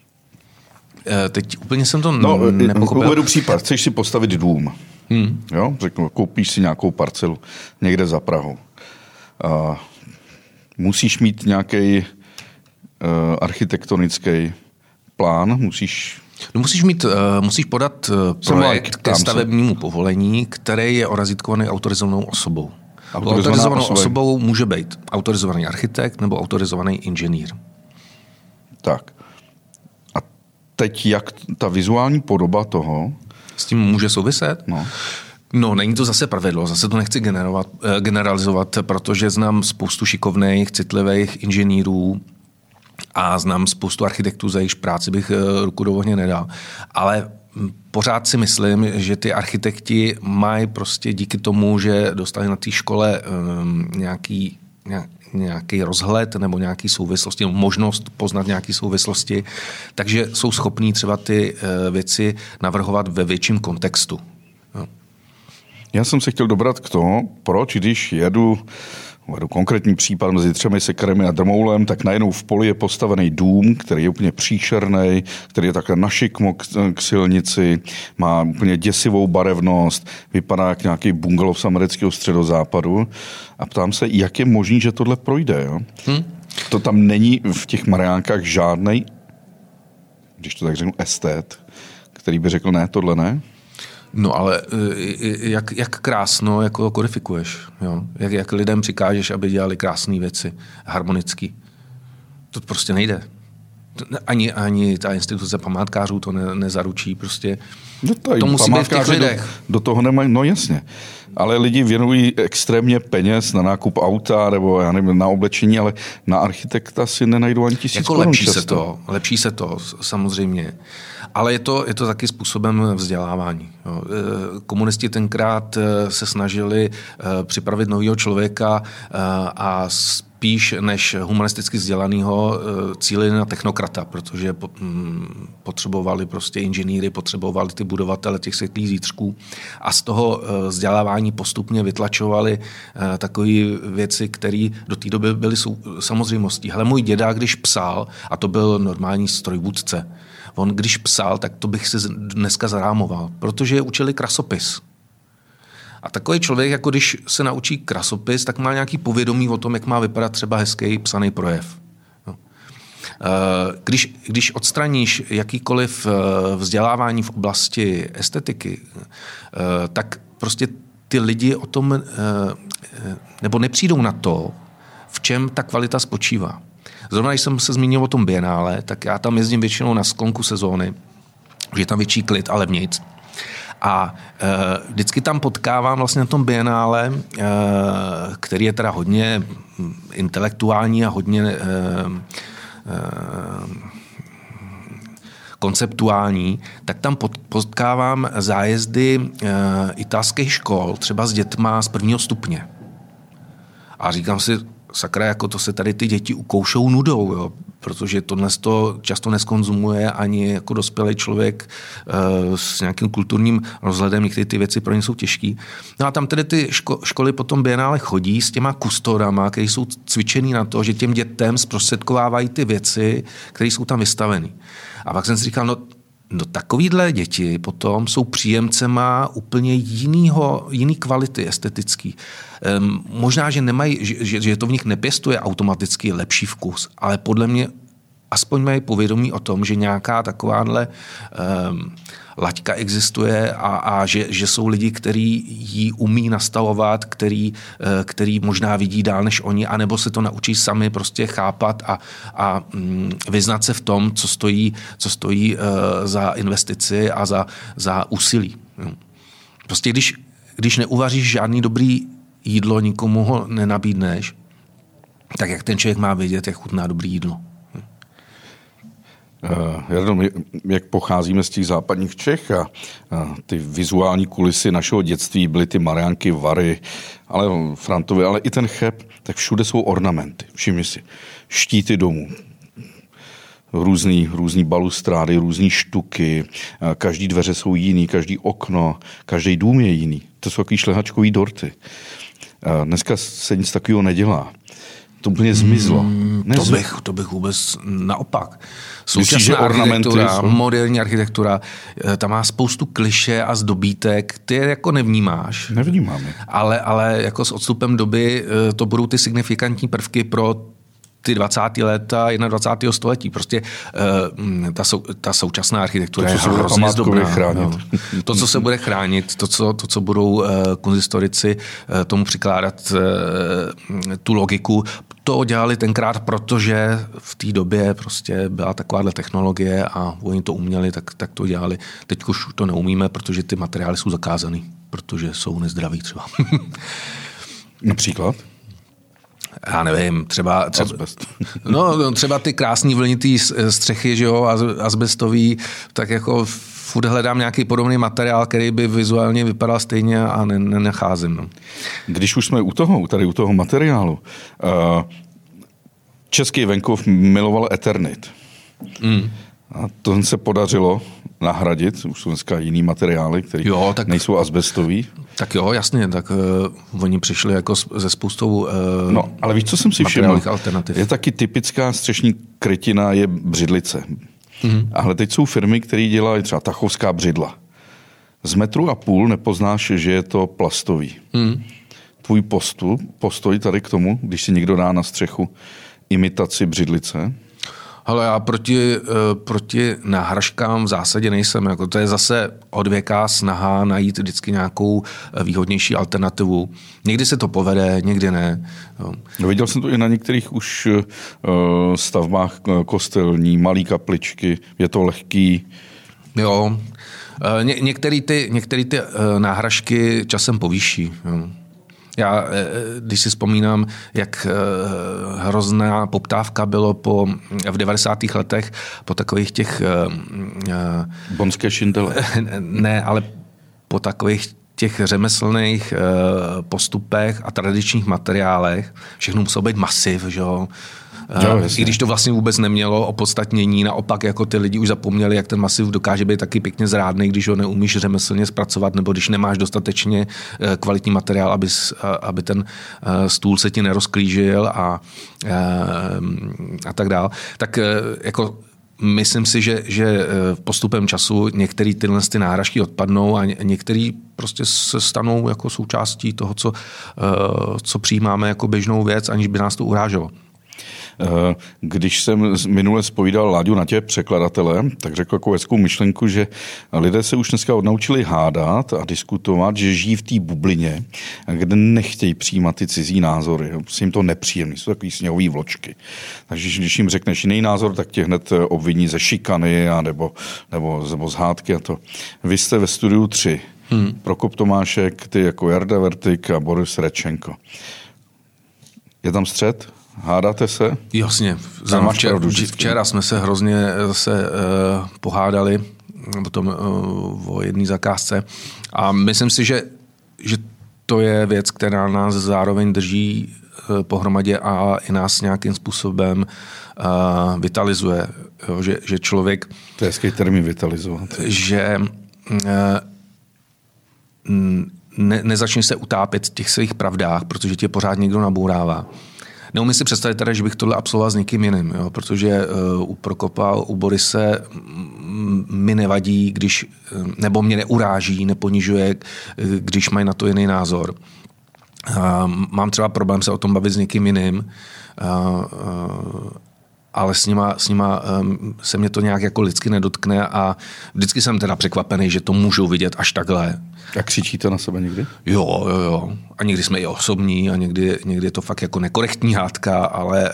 Teď úplně jsem to nepochopil. Uvedu případ. Chceš si postavit dům. Jo? Řeknu, koupíš si nějakou parcelu někde za Prahou. Musíš mít nějaký architektonický plán, musíš podat projekt ke stavebnímu povolení, který je orazítkovaný autorizovanou osobou. Autorizovanou osobou může být autorizovaný architekt nebo autorizovaný inženýr. Tak. A teď jak ta vizuální podoba toho? S tím může souviset? No, není to zase pravidlo, zase to nechci generalizovat, protože znám spoustu šikovných, citlivých inženýrů a znám spoustu architektů, za jejichž práci bych ruku do ohně nedal. Ale pořád si myslím, že ty architekti mají prostě díky tomu, že dostali na té škole nějaký rozhled nebo nějaký souvislosti, nebo možnost poznat nějaké souvislosti, takže jsou schopní třeba ty věci navrhovat ve větším kontextu. No. Já jsem se chtěl dobrat k tomu, proč, když jedu konkrétní případ mezi Třemi sekerami a Drmoulem, tak najednou v poli je postavený dům, který je úplně příšerný, který je takhle našikmo k silnici, má úplně děsivou barevnost, vypadá jak nějaký bungalov z amerického středozápadu. A ptám se, jak je možný, že tohle projde. Jo? To tam není v těch Mariánkách žádnej, když to tak řeknu, estét, který by řekl, ne, tohle ne? No ale jak krásno jako kodifikuješ, jo? Jak lidem přikážeš, aby dělali krásné věci, harmonický. To prostě nejde. Ani ta instituce památkářů to nezaručí. Prostě to musí být v těch lidech. Do toho nemají, no jasně. Ale lidi věnují extrémně peněz na nákup auta nebo já nevím, na oblečení, ale na architekta si nenajdou ani 1000 korun často. Lepší se to, samozřejmě. Ale je to taky způsobem vzdělávání. Jo. Komunisti tenkrát se snažili připravit nového člověka a spíš než humanisticky vzdělanýho cílili na technokrata, protože potřebovali prostě inženýry, potřebovali ty budovatele těch světlých zítřků a z toho vzdělávání postupně vytlačovali takové věci, které do té doby byly samozřejmostí. Hele, můj děda, když psal, a to byl normální strojvůdce, on když psal, tak to bych si dneska zarámoval, protože je učili krasopis. A takový člověk, jako když se naučí krasopis, tak má nějaký povědomí o tom, jak má vypadat třeba hezký psaný projev. Když odstraníš jakýkoliv vzdělávání v oblasti estetiky, tak prostě ty lidi o tom nebo nepřijdou na to, v čem ta kvalita spočívá. Zrovna, když jsem se zmínil o tom bienále, tak já tam jezdím většinou na sklonku sezóny, že je tam větší klid a levnic. A vždycky tam potkávám vlastně na tom bienále, který je teda hodně intelektuální a hodně konceptuální, tak tam potkávám zájezdy italských škol, třeba s dětma z 1. stupně. A říkám si, sakra, jako to se tady ty děti ukoušou nudou, jo? Protože tohle to často neskonzumuje ani jako dospělý člověk s nějakým kulturním rozhledem, některé ty věci pro ně jsou těžký. No a tam tedy ty školy potom bienále chodí s těma kustodama, kteří jsou cvičený na to, že těm dětem zprostředkovávají ty věci, které jsou tam vystaveny. A pak jsem si říkal, no takovýhle děti potom jsou příjemcema úplně jiný kvality estetický. Možná, že nemají, že to v nich nepěstuje automaticky lepší vkus, ale podle mě aspoň mají povědomí o tom, že nějaká takováhle laťka existuje a že jsou lidi, kteří ji umí nastavovat, který možná vidí dál než oni, anebo se to naučí sami prostě chápat a vyznat se v tom, co stojí za investici a za úsilí. Prostě když neuvaříš žádný dobrý jídlo, nikomu ho nenabídneš, tak jak ten člověk má vědět, jak chutná dobrý jídlo? Jardo, jak pocházíme z těch západních Čech a ty vizuální kulisy našeho dětství byly ty Mariánky, Vary, ale Frantovy, ale i ten Cheb, tak všude jsou ornamenty. Všimni si. Štíty domů. Různý balustrády, různý štuky, každý dveře jsou jiný, každý okno, každý dům je jiný. To jsou takový šlehačkový dorty. Dneska se nic takového nedělá. To úplně zmizlo. To bych vůbec naopak. Současná architektura, moderní architektura, tam má spoustu klišé a zdobítek, ty je jako nevnímáš. Nevnímám. Ale jako s odstupem doby to budou ty signifikantní prvky pro ty 20. léta 21. století. Prostě ta současná architektura je hrozně dobrá. To, co se bude chránit, to, co budou konzistorici tomu přikládat tu logiku, to dělali tenkrát, protože v té době prostě byla takováhle technologie a oni to uměli, tak to dělali. Teď už to neumíme, protože ty materiály jsou zakázaný, protože jsou nezdraví třeba. Například? Já nevím, třeba ty krásný vlnitý střechy, že jo, azbestový, tak jako furt hledám nějaký podobný materiál, který by vizuálně vypadal stejně a nenacházím. No. Když už jsme u toho materiálu, český venkov miloval Eternit. A to se podařilo nahradit, už jsou dneska jiný materiály, které nejsou azbestový. Tak jo, jasně, tak oni přišli jako ze spoustou no, ale víš, co jsem si všiml? Je taky typická střešní krytina je břidlice. Ale teď jsou firmy, které dělají třeba tachovská břidla. Z 1,5 metru nepoznáš, že je to plastový. Tvůj postoj tady k tomu, když si někdo dá na střechu imitaci břidlice? Hele, já proti náhražkám v zásadě nejsem. Jako to je zase odvěká snaha najít vždycky nějakou výhodnější alternativu. Někdy se to povede, někdy ne. Jo. Viděl jsem to i na některých už stavbách kostelní, malý kapličky, je to lehký. Jo. Některé ty náhražky časem povýší. Jo. Já, když si vzpomínám, jak hrozná poptávka bylo v 90. letech po takových těch... Bonské šindele. Ne, ale po takových těch řemeslných postupech a tradičních materiálech. Všechno muselo být masiv, že jo? I když to vlastně vůbec nemělo opodstatnění, naopak jako ty lidi už zapomněli, jak ten masiv dokáže být taky pěkně zrádný, když ho neumíš řemeslně zpracovat, nebo když nemáš dostatečně kvalitní materiál, aby ten stůl se ti nerozklížil a tak dál. Tak jako myslím si, že postupem času některé tyhle náhražky odpadnou a některé prostě se stanou jako součástí toho, co přijímáme jako běžnou věc, aniž by nás to uráželo. Když jsem minule zpovídal Láďu na tě překladatele, tak řekl jako hezkou myšlenku, že lidé se už dneska odnaučili hádat a diskutovat, že žijí v té bublině, kde nechtějí přijímat ty cizí názory. Prostě jim to nepříjemný, jsou takový sněhový vločky. Takže když jim řekneš jiný názor, tak tě hned obviní ze šikany a nebo z hádky a to. Vy jste ve studiu 3. Prokop Tomášek, ty jako Jarda Vertik a Boris Redčenko. Je tam střet? Hádáte se? Jasně. Včera jsme se hrozně pohádali potom o jedné zakázce a myslím si, že to je věc, která nás zároveň drží pohromadě a i nás nějakým způsobem vitalizuje. Že člověk... To je hezký termín vitalizovat. Že nezačne se utápět v těch svých pravdách, protože tě pořád někdo nabourává. Neumím si představit teda, že bych tohle absolvoval s někým jiným, jo? Protože u Prokopa, u Borise mi nevadí, nebo mě neuráží, neponižuje, když mají na to jiný názor. Mám třeba problém se o tom bavit s někým jiným, ale s nima se mě to nějak jako lidsky nedotkne a vždycky jsem teda překvapený, že to můžou vidět až takhle. A křičíte na sebe někdy? Jo. A někdy jsme i osobní a někdy je to fakt jako nekorektní hádka, ale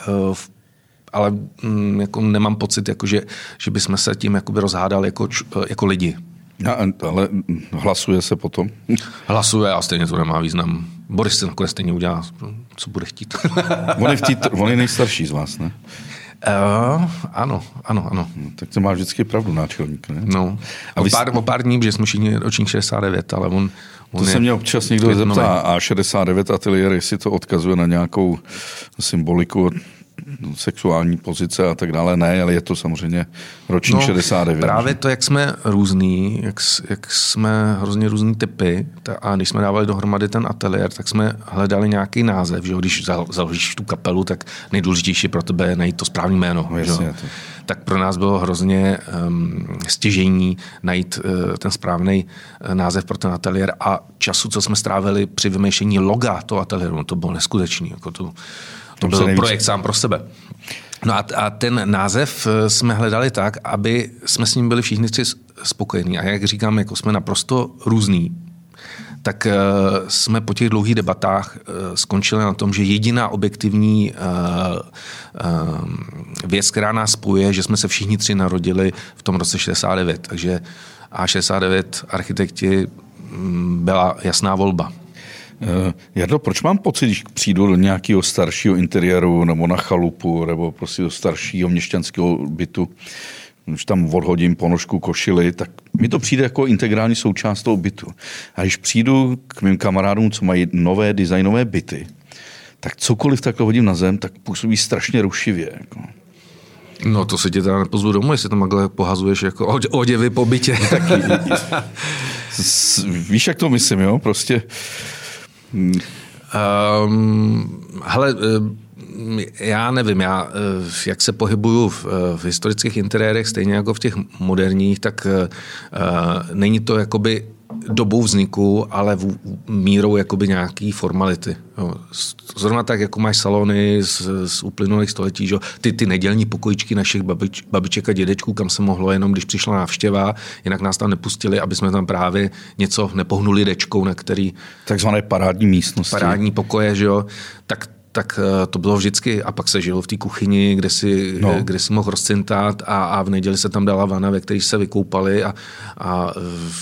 jako nemám pocit, jako že bychom se tím jakoby rozhádali jako lidi. Ale hlasuje se potom? Hlasuje a stejně to nemá význam. Boris se nakonec stejně udělá, co bude chtít. On je nejstarší z vás, ne? Ano. No, tak to má vždycky pravdu náčelník, ne? No. O pár dní, že jsme všichni ročník 69, ale on to se mě občas někdo zeptá A69 ateliér, jestli to odkazuje na nějakou symboliku sexuální pozice a tak dále. Ne, ale je to samozřejmě ročník 69. Právě to, jak jsme různý, jak jsme hrozně různý typy a když jsme dávali dohromady ten ateliér, tak jsme hledali nějaký název. Že? Když založíš tu kapelu, tak nejdůležitější pro tebe je najít to správné jméno. Jasně, tak pro nás bylo hrozně stěžejní najít ten správný název pro ten ateliér a času, co jsme strávili při vymýšlení loga toho ateliéru, to bylo neskutečný. Jako to byl projekt sám pro sebe. No a ten název jsme hledali tak, aby jsme s ním byli všichni tři spokojení. A jak říkám, jako jsme naprosto různý, tak jsme po těch dlouhých debatách skončili na tom, že jediná objektivní věc, která nás spojuje, že jsme se všichni tři narodili v tom roce 69. Takže A69 architekti byla jasná volba. Jardo, proč mám pocit, když přijdu do nějakého staršího interiéru nebo na chalupu nebo prostě do staršího měšťanského bytu, když tam odhodím ponožku, košili, tak mi to přijde jako integrální součást toho bytu. A když přijdu k mým kamarádům, co mají nové designové byty, tak cokoliv takhle hodím na zem, tak působí strašně rušivě. Jako. No to se tě teda nepozvu domů, jestli tam takhle pohazuješ jako oděvy po bytě. Víš, jak to myslím, jo? Prostě... Hele, já nevím, jak se pohybuju v historických interiérech, stejně jako v těch moderních, tak není to jakoby dobou vzniku, ale mírou jakoby nějaký formality. Jo. Zrovna tak, jako máš salony z uplynulých století, že? Ty nedělní pokojičky našich babiček a dědečků, kam se mohlo jenom, když přišla návštěva, jinak nás tam nepustili, aby jsme tam právě něco nepohnuli dečkou, na který... Takzvané parádní místnosti. Parádní pokoje, že jo. Tak to bylo vždycky. A pak se žilo v té kuchyni, kde si mohl rozcintat a v neděli se tam dala vana, ve které se vykoupali a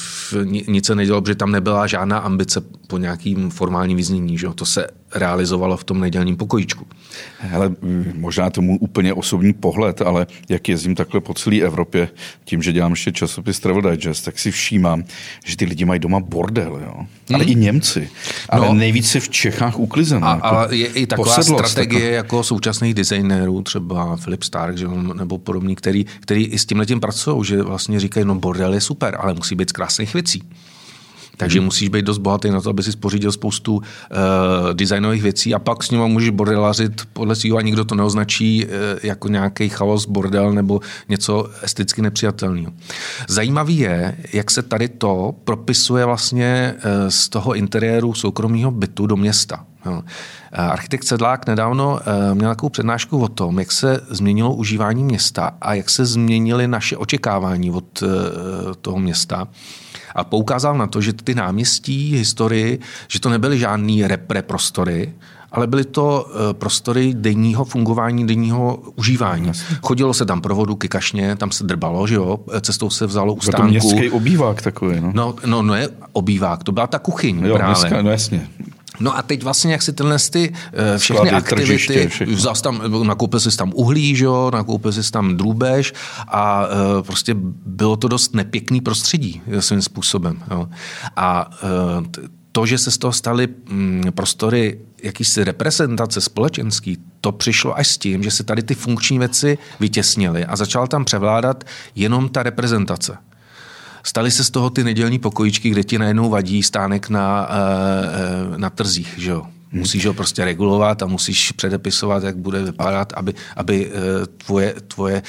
nic se nedělo, protože tam nebyla žádná ambice po nějakým formálním vyznění. Že? To se realizovalo v tom nedělním pokojíčku. Hele, možná tomu úplně osobní pohled, ale jak jezdím takhle po celé Evropě, tím, že dělám ještě časopis Travel Digest, tak si všímám, že ty lidi mají doma bordel, jo? Ale i Němci. Ale nejvíce v Čechách uklizeno. Ale je i taková strategie jako současných designérů, třeba Philip Stark, že, nebo podobný, který i s tímhletím pracují, že vlastně říkají, no bordel je super, ale musí být z krásných věcí. Takže musíš být dost bohatý na to, aby si spořídil spoustu designových věcí a pak s nimi můžeš bordelařit podle svého a nikdo to neoznačí jako nějaký chaos, bordel nebo něco esteticky nepřijatelného. Zajímavý je, jak se tady to propisuje vlastně z toho interiéru soukromého bytu do města. Architekt Sedlák nedávno měl takovou přednášku o tom, jak se změnilo užívání města a jak se změnily naše očekávání od toho města. A poukázal na to, že ty náměstí historii, že to nebyly žádný repre prostory, ale byly to prostory denního fungování, denního užívání. Chodilo se tam pro vodu ke kašně, tam se drbalo, že jo, cestou se vzalo u stánku. To městský obývák takový, no. No je obývák, to byla ta kuchyň jo, právě. Městská, no jasně. No a teď vlastně, jak si tyhle všechny sklady, aktivity, nakoupil jsi tam uhlí, že jo, nakoupil jsi tam drůbež a prostě bylo to dost nepěkný prostředí svým způsobem. Jo. A to, že se z toho staly prostory jakýsi reprezentace společenský, to přišlo až s tím, že se tady ty funkční věci vytěsnily a začala tam převládat jenom ta reprezentace. Staly se z toho ty nedělní pokojíčky, kde ti najednou vadí stánek na trzích, že jo. Musíš ho prostě regulovat a musíš předepisovat, jak bude vypadat, aby tvoje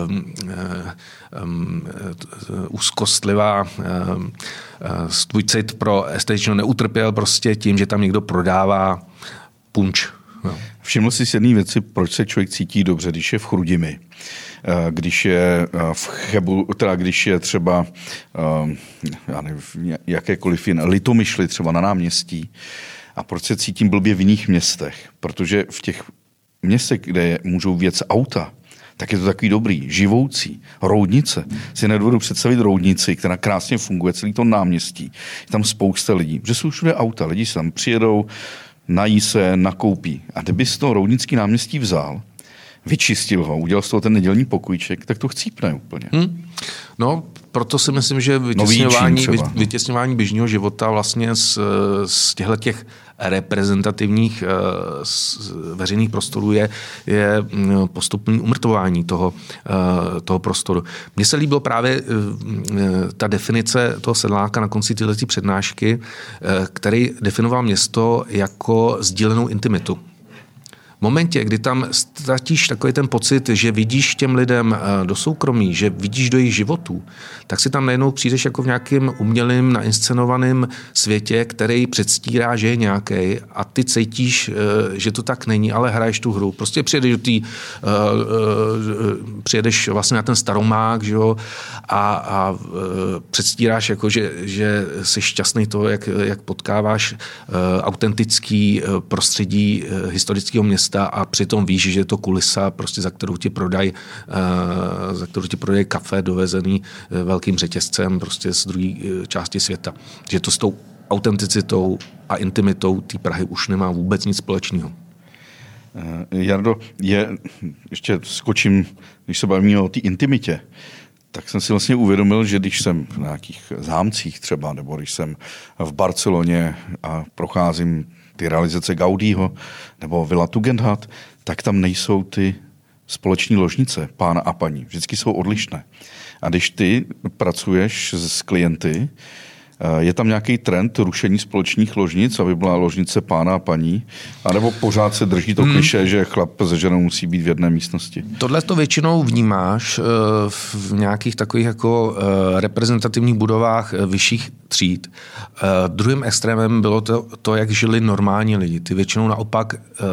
úzkostlivá tvůj cit pro estetično neutrpěl prostě tím, že tam někdo prodává punč. No. Všiml jsi si jedné věci, proč se člověk cítí dobře, když je v Chrudimi, když je v Chebu, teda když je třeba já nevím, jakékoliv jiné Litomyšli třeba na náměstí, a proč se cítím blbě v jiných městech, protože v těch městech, kde můžou vjet auta, tak je to takový dobrý, živoucí. Roudnice. Si nedovedu představit roudnici, která krásně funguje, celý to náměstí. Je tam spousta lidí, že jsou všude auta, lidi se tam přijedou, nají se, nakoupí. A kdyby z toho roudnický náměstí vzal, vyčistil ho, udělal z toho ten nedělní pokojíček, tak to chcípne úplně. No, proto si myslím, že vytěsňování běžného života vlastně z těchto reprezentativních veřejných prostorů je postupný umrtvování toho prostoru. Mně se líbilo právě ta definice toho Sedláka na konci této přednášky, který definoval město jako sdílenou intimitu. V momentě, kdy tam ztratíš takový ten pocit, že vidíš těm lidem do soukromí, že vidíš do jejich životů, tak si tam najednou přijdeš jako v nějakým umělým, nainscenovaném světě, který předstírá, že je nějaký a ty cítíš, že to tak není, ale hraješ tu hru. Prostě přijedeš vlastně na ten Staromák, že jo, a předstíráš, jako, že jsi šťastný toho, jak potkáváš autentický prostředí historického města a přitom víš, že je to kulisa, prostě za kterou ti prodají kafe dovezený velkým řetězcem prostě z druhé části světa. Že to s tou autenticitou a intimitou té Prahy už nemá vůbec nic společného. Jardo, ještě skočím, když se bavíme o té intimitě, tak jsem si vlastně uvědomil, že když jsem v nějakých zámcích třeba, nebo když jsem v Barceloně a procházím ty realizace Gaudího nebo Villa Tugendhat, tak tam nejsou ty společní ložnice pána a paní. Vždycky jsou odlišné. A když ty pracuješ s klienty Je tam nějaký trend rušení společných ložnic, aby byla ložnice pána a paní? A nebo pořád se drží to klišé, že chlap se ženou musí být v jedné místnosti? Tohle to většinou vnímáš v nějakých takových jako reprezentativních budovách vyšších tříd. Druhým extrémem bylo to, jak žili normální lidi. Ty většinou naopak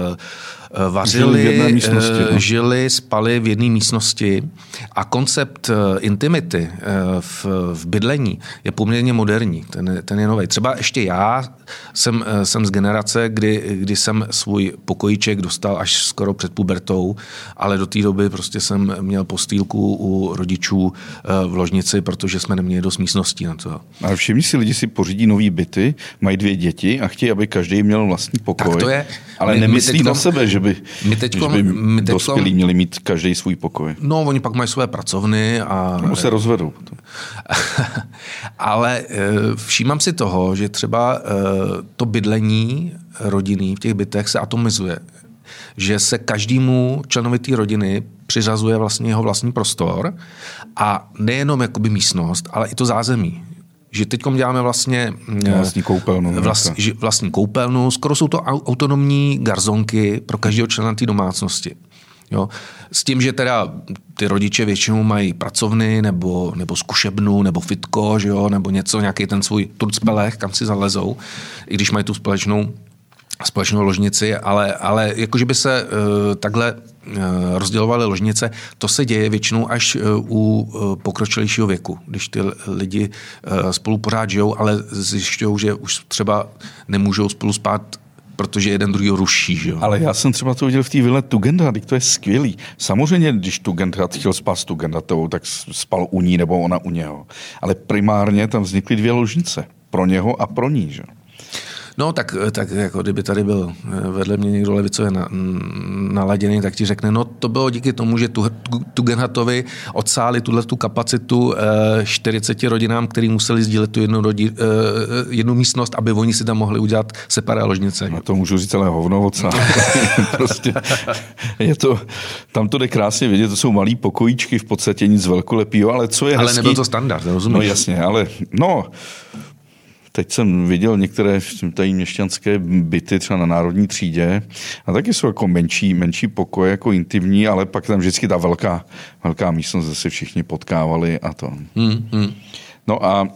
vařili, žili, spali v jedné místnosti a koncept intimity v bydlení je poměrně moderní, ten je nový. Třeba ještě já jsem z generace, kdy jsem svůj pokojíček dostal až skoro před pubertou, ale do té doby prostě jsem měl postýlku u rodičů v ložnici, protože jsme neměli dost místností na to. Ale všimni si, lidi si pořídí nový byty, mají 2 děti a chtějí, aby každý měl vlastní pokoj. Tak to je, ale nemyslí na sebe, že by dospělí měli mít každý svůj pokoj. No, oni pak mají své pracovny a... Nebo se rozvedou potom. Ale všímám si toho, že třeba to bydlení rodinný v těch bytech se atomizuje. Že se každému členovi té rodiny přiřazuje vlastně jeho vlastní prostor a nejenom jakoby místnost, ale i to zázemí. Že teď děláme vlastně vlastní koupelnu, skoro jsou to autonomní garzonky pro každého člena té domácnosti. Jo? S tím, že teda ty rodiče většinou mají pracovny nebo zkušebnu, nebo fitko, že jo? Nebo něco, nějaký ten svůj turcpelech, kam si zalezou, i když mají tu společnou ložnici, ale jakože by se takhle rozdělovaly ložnice, to se děje většinou až u pokročilejšího věku, když ty lidi spolu pořád žijou, ale zjišťují, že už třeba nemůžou spolu spát, protože jeden druhýho ruší. Že jo? Ale já jsem třeba to viděl v té vile Tugendhat, to je skvělý. Samozřejmě, když Tugendhat chtěl spát s Tugendhatovou, tak spal u ní nebo ona u něho. Ale primárně tam vznikly 2 ložnice. Pro něho a pro ní, že? No, tak jako kdyby tady byl vedle mě někdo levicově naladěný, tak ti řekne, no to bylo díky tomu, že Tugendhatovi odsáli tu kapacitu 40 rodinám, který museli sdílet tu jednu místnost, aby oni si tam mohli udělat separé ložnice. No to můžu říct, ale hovno odsáli. Prostě tam to jde krásně vidět, to jsou malý pokojíčky, v podstatě nic velkolepýho, ale co je hezký... Ale nebyl to standard, rozumíš? No jasně, ale teď jsem viděl některé tady měšťanské byty třeba na Národní třídě a taky jsou jako menší pokoje, jako intimní, ale pak tam vždycky ta velká místnost, kde se všichni potkávali a to. No a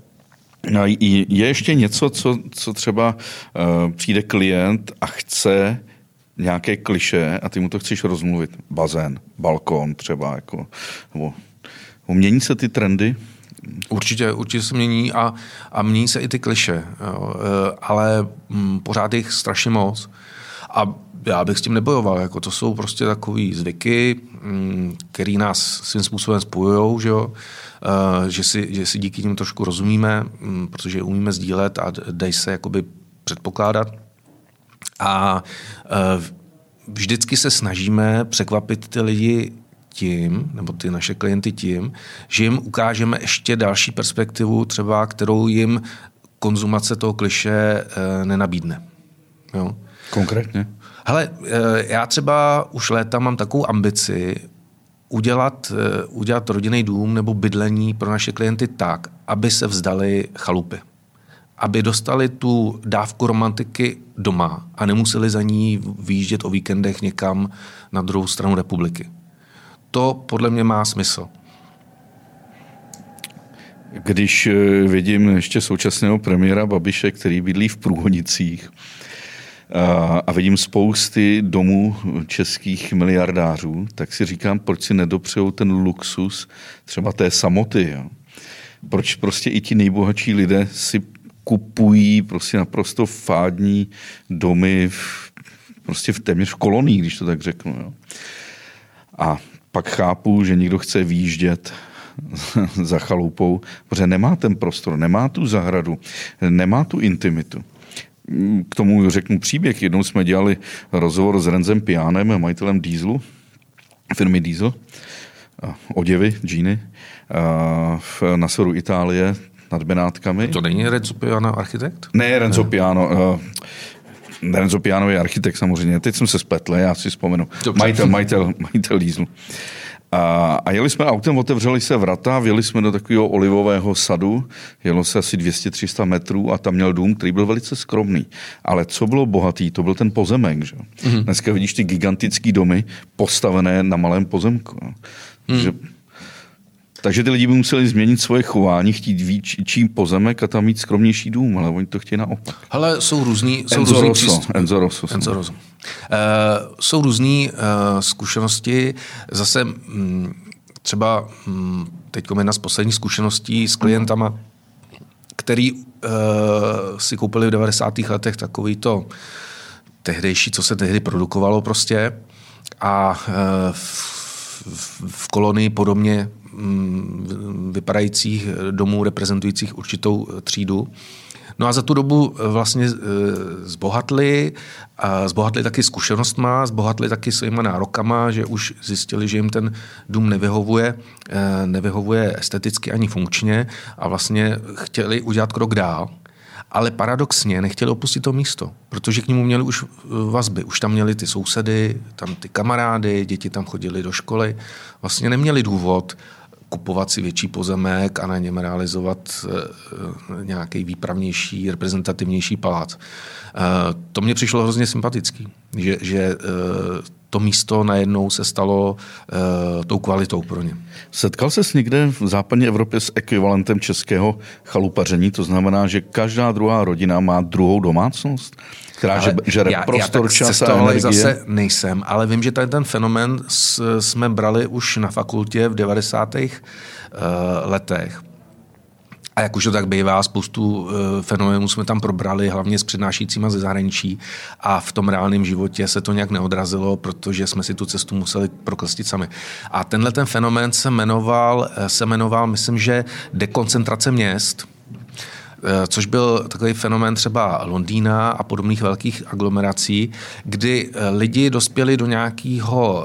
je ještě něco, co třeba přijde klient a chce nějaké klišé a ty mu to chceš rozmluvit. Bazén, balkon třeba. Jako, nebo mění se ty trendy? Určitě se mění a mění se i ty kliše, ale pořád jich strašně moc. A já bych s tím nebojoval, jako to jsou prostě takový zvyky, který nás svým způsobem spojujou, že si díky nim trošku rozumíme, protože je umíme sdílet a dají se jakoby předpokládat. A vždycky se snažíme překvapit ty lidi tím, nebo ty naše klienty tím, že jim ukážeme ještě další perspektivu, třeba kterou jim konzumace toho kliše nenabídne. Jo? Konkrétně? Hele, já třeba už léta mám takovou ambici udělat rodinný dům nebo bydlení pro naše klienty tak, aby se vzdali chalupy. Aby dostali tu dávku romantiky doma a nemuseli za ní vyjíždět o víkendech někam na druhou stranu republiky. To podle mě má smysl. Když vidím ještě současného premiéra Babiše, který bydlí v Průhonicích a vidím spousty domů českých miliardářů, tak si říkám, proč si nedopřejou ten luxus třeba té samoty. Jo? Proč prostě i ti nejbohatší lidé si kupují prostě naprosto fádní domy prostě téměř v kolonii, když to tak řeknu. Jo? A pak chápu, že někdo chce výjíždět za chalupou, protože nemá ten prostor, nemá tu zahradu, nemá tu intimitu. K tomu řeknu příběh. Jednou jsme dělali rozhovor s Renzem Pianem, majitelem Dieselu, firmy Diesel, oděvy, džíny, na severu Itálie nad Benátkami. To není Renzo Piano architekt? Ne, Renzo Piano. Renzo Piano je architekt samozřejmě, teď jsem se spletl, já si vzpomenu. Majitel Lízlu. A jeli jsme autem, otevřeli se vrata, vjeli jsme do takového olivového sadu, jelo se asi 200-300 metrů a tam měl dům, který byl velice skromný. Ale co bylo bohatý, to byl ten pozemek. Že? Mm-hmm. Dneska vidíš ty gigantický domy postavené na malém pozemku. Takže ty lidi by museli změnit svoje chování, chtít větší pozemek a tam mít skromnější dům, ale oni to chtějí naopak. Hele, jsou různý Enzo Rosso. Jsou různý zkušenosti. Zase třeba teď jedna z posledních zkušeností s klientama, který si koupili v 90. letech takový to tehdejší, co se tehdy produkovalo prostě a v kolonii podobně vypadajících domů reprezentujících určitou třídu. No a za tu dobu vlastně zbohatli taky zkušenostma, zbohatli taky svýma nárokama, že už zjistili, že jim ten dům nevyhovuje esteticky ani funkčně a vlastně chtěli udělat krok dál. Ale paradoxně nechtěli opustit to místo, protože k němu měli už vazby. Už tam měli ty sousedy, tam ty kamarády, děti tam chodili do školy. Vlastně neměli důvod kupovat si větší pozemek a na něm realizovat nějaký výpravnější, reprezentativnější palác. To mně přišlo hrozně sympatický, že to místo najednou se stalo tou kvalitou pro ně. Setkal ses někde v západní Evropě s ekvivalentem českého chalupaření? To znamená, že každá druhá rodina má druhou domácnost, která žere prostor, čas a energie? Zase nejsem, ale vím, že tady ten fenomén jsme brali už na fakultě v 90. letech. A jak už to tak bývá, spoustu fenoménů jsme tam probrali, hlavně s přednášícíma ze zahraničí a v tom reálném životě se to nějak neodrazilo, protože jsme si tu cestu museli proklestit sami. A tenhle ten fenomén se jmenoval, myslím, že dekoncentrace měst, což byl takový fenomén třeba Londýna a podobných velkých aglomerací, kdy lidi dospěli do nějakého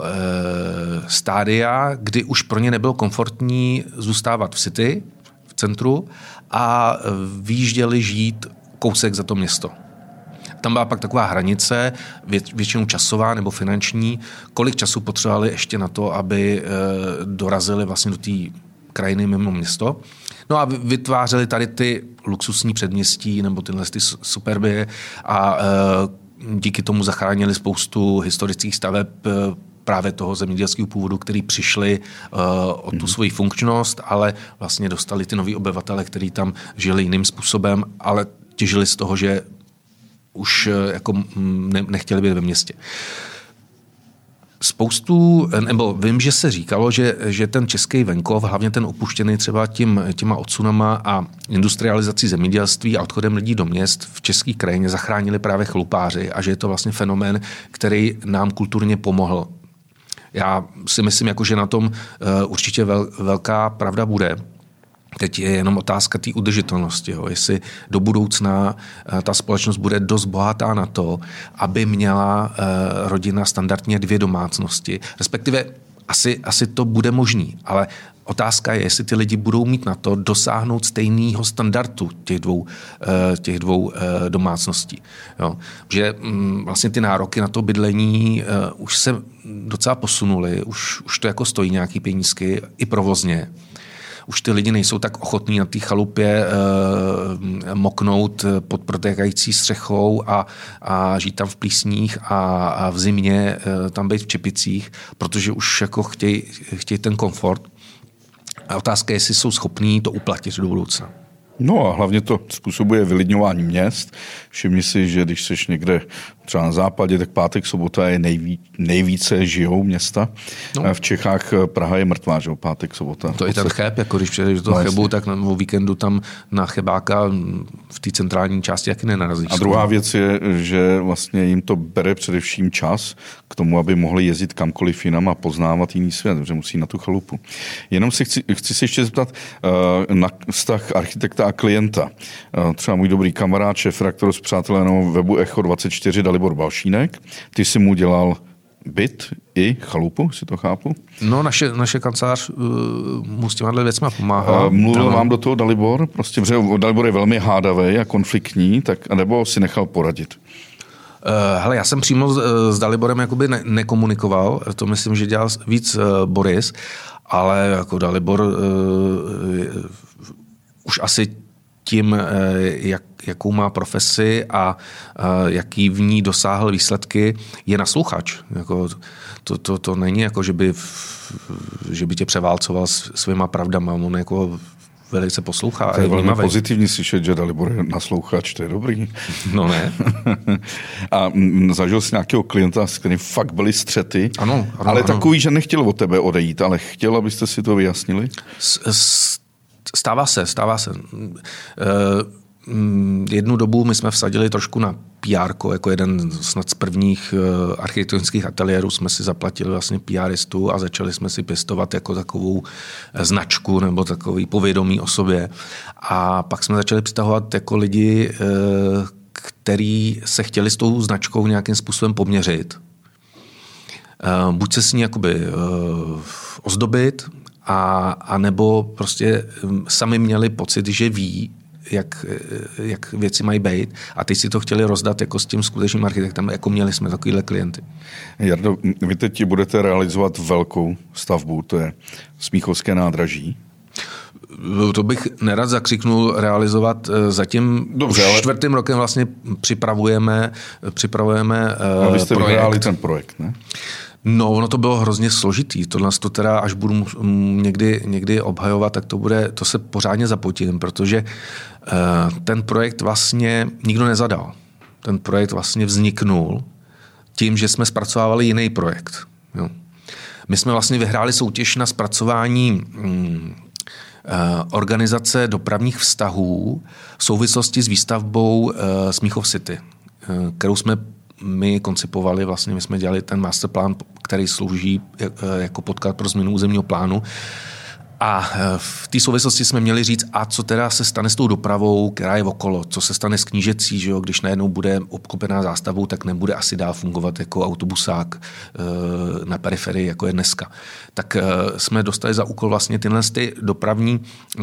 stádia, kdy už pro ně nebylo komfortní zůstávat v city, v centru a vyjížděli žít kousek za to město. Tam byla pak taková hranice, většinou časová nebo finanční, kolik času potřebovali ještě na to, aby dorazili vlastně do té krajiny mimo město. No a vytvářeli tady ty luxusní předměstí nebo tyhle ty superby a díky tomu zachránili spoustu historických staveb právě toho zemědělského původu, který přišli o tu svoji funkčnost, ale vlastně dostali ty noví obyvatele, kteří tam žili jiným způsobem, ale těžili z toho, že už jako nechtěli být ve městě. Vím, že se říkalo, že ten český venkov, hlavně ten opuštěný třeba těma odsunama a industrializací zemědělství a odchodem lidí do měst v české krajině zachránili právě chlupáři a že je to vlastně fenomén, který nám kulturně pomohl. Já si myslím, že na tom určitě velká pravda bude. Teď je jenom otázka té udržitelnosti. Jo. Jestli do budoucna ta společnost bude dost bohatá na to, aby měla rodina standardně 2 domácnosti. Respektive asi to bude možný, ale otázka je, jestli ty lidi budou mít na to dosáhnout stejného standardu těch dvou domácností. Jo. Že vlastně ty nároky na to bydlení už se docela posunuly, už to jako stojí nějaký penízky i provozně. Už ty lidi nejsou tak ochotní na té chalupě moknout pod protékající střechou a žít tam v plísních a v zimě tam být v čepicích, protože už jako chtějí ten komfort. A otázka je, jestli jsou schopní to uplatit do budoucna. No a hlavně to způsobuje vylidňování měst. Všimni si, že když jsi někde třeba na západě, tak pátek, sobota je nejvíce žijou města. No. V Čechách Praha je mrtvá, že jo, pátek, sobota. To je ten Cheb, jako když přijedeš do toho Chebu, tak na víkendu tam na Chebáka v té centrální části taky nenarazíš. A druhá věc je, že vlastně jim to bere především čas k tomu, aby mohli jezdit kamkoliv jinam a poznávat jiný svět, že musí na tu chalupu. Jenom chci se ještě zeptat na vztah architekta a klienta. Třeba můj dobrý kamarád, šéfredaktor z přáteleného webu Echo 24, Dalibor Balšínek. Ty jsi mu dělal byt i chalupu, si to chápu? No, naše kancelář mu s těma věcma pomáhá. Mluvil vám do toho Dalibor? Prostě, protože Dalibor je velmi hádavý a konfliktní, tak nebo si nechal poradit? Hele, já jsem přímo s Daliborem jakoby nekomunikoval, to myslím, že dělal víc Boris, ale jako Dalibor už asi tím, jakou má profesi a jaký v ní dosáhl výsledky, je nasluchač. Jako to není jako, že by tě převálcoval svýma pravdama. On jako velice poslouchá. To je velmi pozitivní slyšet, že Dalibor je naslouchač, to je dobrý. No ne. A zažil jsi nějakého klienta, s kterým fakt byly střety, ano, ale takový, že nechtěl od tebe odejít, ale chtěl, abyste si to vyjasnili? Stává se. Jednu dobu my jsme vsadili trošku na PR, jako jeden snad z prvních architektonických ateliérů jsme si zaplatili vlastně PRistu a začali jsme si pěstovat jako takovou značku nebo takový povědomí o sobě. A pak jsme začali přitahovat jako lidi, kteří se chtěli s tou značkou nějakým způsobem poměřit. Buď se s ní jakoby ozdobit, a nebo prostě sami měli pocit, že ví, jak věci mají být a teď si to chtěli rozdat jako s tím skutečným architektem, jako měli jsme takovýhle klienty. Jardo, vy teď budete realizovat velkou stavbu, to je Smíchovské nádraží. To bych nerad zakřiknul realizovat. Zatím dobře, už 4. rokem vlastně připravujeme vy jste vyhráli ten projekt, ne? No, ono to bylo hrozně složitý. Tohle to teda, až budu někdy obhajovat, tak to se pořádně zapotím, protože ten projekt vlastně nikdo nezadal. Ten projekt vlastně vzniknul tím, že jsme zpracovávali jiný projekt. Jo. My jsme vlastně vyhráli soutěž na zpracování organizace dopravních vztahů v souvislosti s výstavbou Smíchov City, kterou jsme my koncipovali, vlastně my jsme dělali ten masterplán, který slouží jako podklad pro změnu územního plánu. A v té souvislosti jsme měli říct, a co teda se stane s tou dopravou, která je okolo, co se stane s Knížecí, že jo? Když najednou bude obklopená zástavou, tak nebude asi dál fungovat jako autobusák na periferii, jako je dneska. Tak jsme dostali za úkol vlastně tyhle dopravní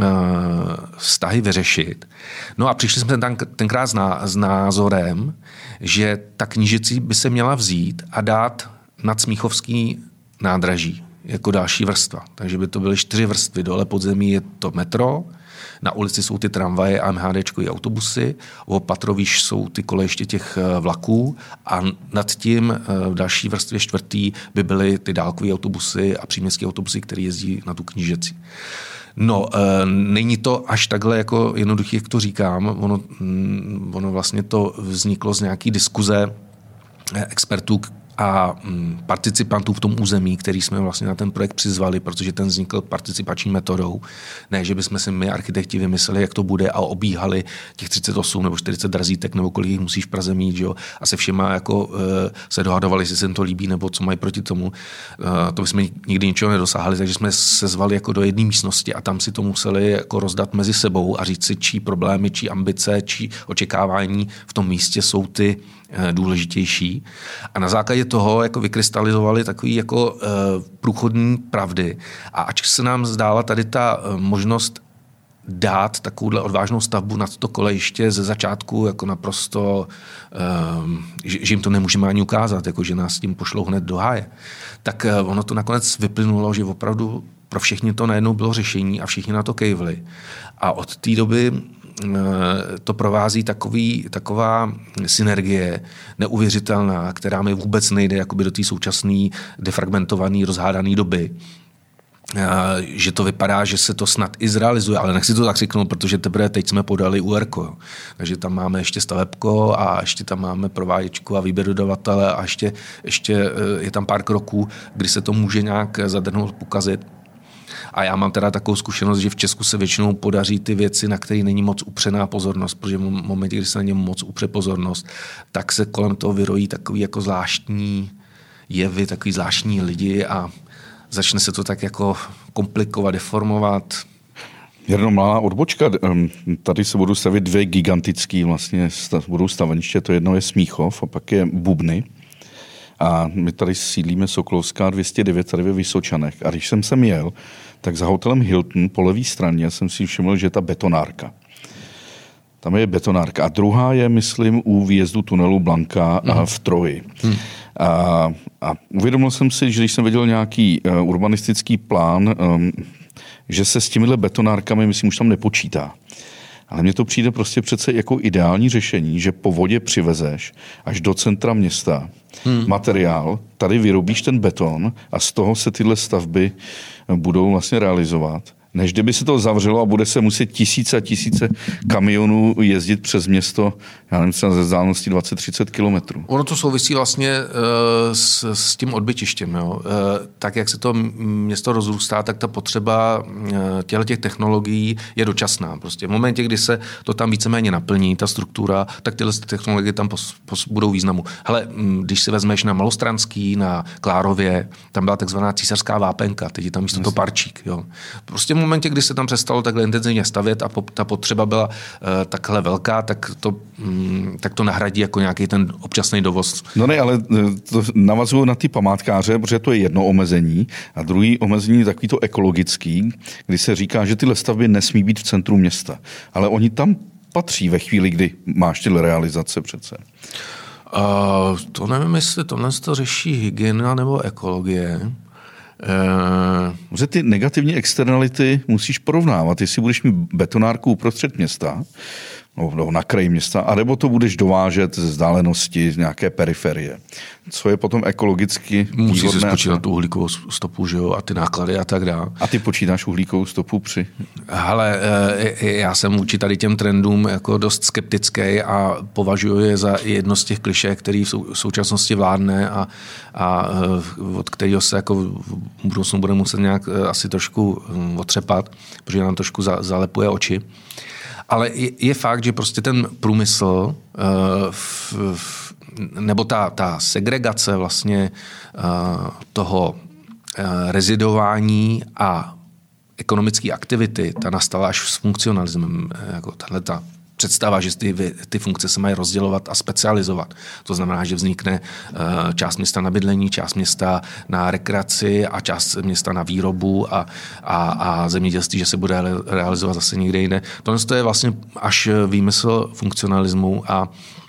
vztahy vyřešit. No a přišli jsme tenkrát s názorem, že ta Knížecí by se měla vzít a dát nad Smíchovský nádraží jako další vrstva. Takže by to byly 4 vrstvy. Dole pod zemí je to metro, na ulici jsou ty tramvaje a MHDčko i autobusy, o patro výš jsou ty kolejiště těch vlaků a nad tím v další vrstvě 4. by byly ty dálkové autobusy a příměstské autobusy, které jezdí na tu Knížecí. No, není to až takhle jako jednoduchý, jak to říkám. Ono vlastně to vzniklo z nějaký diskuze expertů a participantů v tom území, který jsme vlastně na ten projekt přizvali, protože ten vznikl participační metodou. Ne, že bychom si my, architekti, vymysleli, jak to bude a obíhali těch 38 nebo 40 razítek, nebo kolik jich musíš v Praze mít, že jo? A se všema jako se dohadovali, jestli se jim to líbí, nebo co mají proti tomu. To bychom nikdy ničeho nedosáhli, takže jsme se zvali jako do jedné místnosti a tam si to museli jako rozdat mezi sebou a říct si, čí problémy, čí ambice, čí očekávání v tom místě jsou ty důležitější. A na základě toho jako vykrystalizovali takový jako průchodní pravdy. A ač se nám zdála tady ta možnost dát takovouhle odvážnou stavbu na to kolejiště ze začátku jako naprosto, že jim to nemůžeme ani ukázat, jako že nás tím pošlou hned do háje. Tak ono to nakonec vyplynulo, že opravdu pro všechny to najednou bylo řešení a všichni na to kejvli. A od té doby to provází taková synergie neuvěřitelná, která mi vůbec nejde jakoby do té současné defragmentované, rozhádané doby. Že to vypadá, že se to snad i zrealizuje, ale nechci to zakřiknout, protože teprve teď jsme podali URko. Takže tam máme ještě stavebko a ještě tam máme prováděčku a výběr dodavatele a ještě je tam pár kroků, kdy se to může nějak zadrhnout, pokazit. A já mám teda takovou zkušenost, že v Česku se většinou podaří ty věci, na které není moc upřená pozornost, protože v momentě, kdy se na ně moc upře pozornost, tak se kolem toho vyrojí takový jako zvláštní jevy, takový zvláštní lidi a začne se to tak jako komplikovat, deformovat. Jedno malá odbočka. Tady se budou stavit 2 gigantický vlastně budou staveniště. To jedno je Smíchov a pak je Bubny. A my tady sídlíme Sokolovská 209 tady ve Vysočanech. A když jsem sem jel, tak za hotelem Hilton po levé straně jsem si všiml, že je ta betonárka. Tam je betonárka. A druhá je, myslím, u výjezdu tunelu Blanka v Troji. A uvědomil jsem si, že když jsem viděl nějaký urbanistický plán, že se s těmihle betonárkami, myslím, už tam nepočítá. Ale mně to přijde prostě přece jako ideální řešení, že po vodě přivezeš až do centra města materiál, tady vyrobíš ten beton a z toho se tyhle stavby budou vlastně realizovat. Než kdyby se to zavřelo a bude se muset tisíce a tisíce kamionů jezdit přes město, já nevím, ze vzdálenosti 20-30 kilometrů. Ono to souvisí vlastně s tím odbytištěm. Jo. Tak, jak se to město rozrůstá, tak ta potřeba těch technologií je dočasná. Prostě v momentě, kdy se to tam víceméně naplní, ta struktura, tak tyhle technologie tam budou významu. Hele, když si vezmeš na Malostranský, na Klárově, tam byla takzvaná císařská vápenka, teď je tam místo to parčík. Jo. Prostě v momentě, kdy se tam přestalo takhle intenzivně stavět a ta potřeba byla takhle velká, tak to nahradí jako nějaký ten občasný dovoz. No ne, ale to navazuju na ty památkáře, protože to je jedno omezení a druhý omezení je takový to ekologický, kdy se říká, že tyhle stavby nesmí být v centru města. Ale oni tam patří ve chvíli, kdy máš tyhle realizace přece. To nevím, jestli tohle to řeší hygiena nebo ekologie. Že ty negativní externality musíš porovnávat, jestli budeš mít betonárku uprostřed města, no, na kraji města, anebo to budeš dovážet ze vzdálenosti z nějaké periferie. Co je potom ekologicky výhodné. Musíš si spočítat tu uhlíkovou stopu, že jo, a ty náklady a tak dále. A ty počítáš uhlíkovou stopu při? Hele, já jsem vůči tady těm trendům jako dost skeptický a považuji je za jedno z těch klišé, který v současnosti vládne a od kterého se jako v budoucnu bude muset nějak asi trošku otřepat, protože nám trošku zalepuje oči. Ale je fakt, že prostě ten průmysl nebo ta segregace vlastně toho rezidování a ekonomické aktivity, ta nastala až s funkcionalismem. Jako tahleta představa, že ty funkce se mají rozdělovat a specializovat. To znamená, že vznikne část města na bydlení, část města na rekreaci a část města na výrobu a zemědělství, že se bude realizovat zase někde jinde. To je vlastně až výmysl funkcionalismu a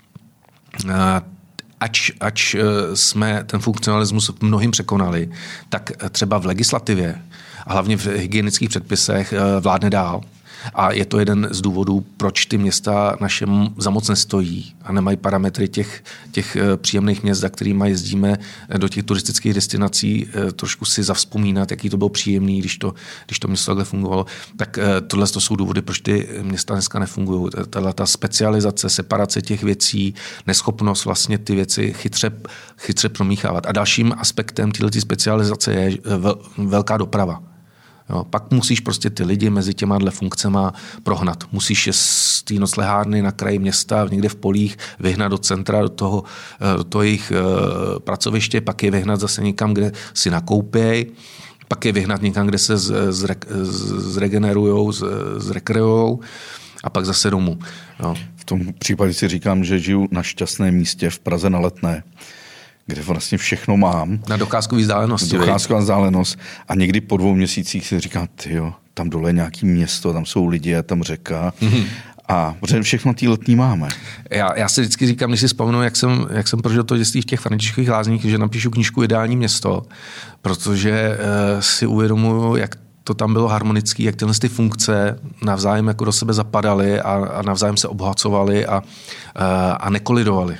ač jsme ten funkcionalismus mnohým překonali, tak třeba v legislativě a hlavně v hygienických předpisech vládne dál. A je to jeden z důvodů, proč ty města naše za moc nestojí a nemají parametry těch příjemných měst, za kterými jezdíme do těch turistických destinací, trošku si zavzpomínat, jaký to bylo příjemný, když to město takhle fungovalo. Tak tohle jsou důvody, proč ty města dneska nefungují. Ta specializace, separace těch věcí, neschopnost vlastně ty věci chytře promíchávat. A dalším aspektem této specializace je velká doprava. Jo, pak musíš prostě ty lidi mezi těma funkcema prohnat. Musíš je z té noclehárny na kraji města, někde v polích, vyhnat do centra, do toho jejich pracoviště, pak je vyhnat zase někam, kde si nakoupěj, pak je vyhnat někam, kde se zregenerujou, zrekreujou a pak zase domů. Jo. V tom případě si říkám, že žiju na šťastném místě v Praze na Letné, kde vlastně všechno mám. Na docházkový vzdálenosti. Docházková vzdálenost. A někdy po 2 měsících si říkám, tyjo, tam dole je nějaký město, tam jsou lidi, je tam řeka. A všechno tý Letní máme. Já si vždycky říkám, když si vzpomenu, jak jsem prožil to dětství v těch Františkových Lázních, že napíšu knížku Ideální město, protože si uvědomuju, jak to tam bylo harmonický, jak tyhle funkce navzájem jako do sebe zapadaly a navzájem se obohacovaly a nekolidovaly.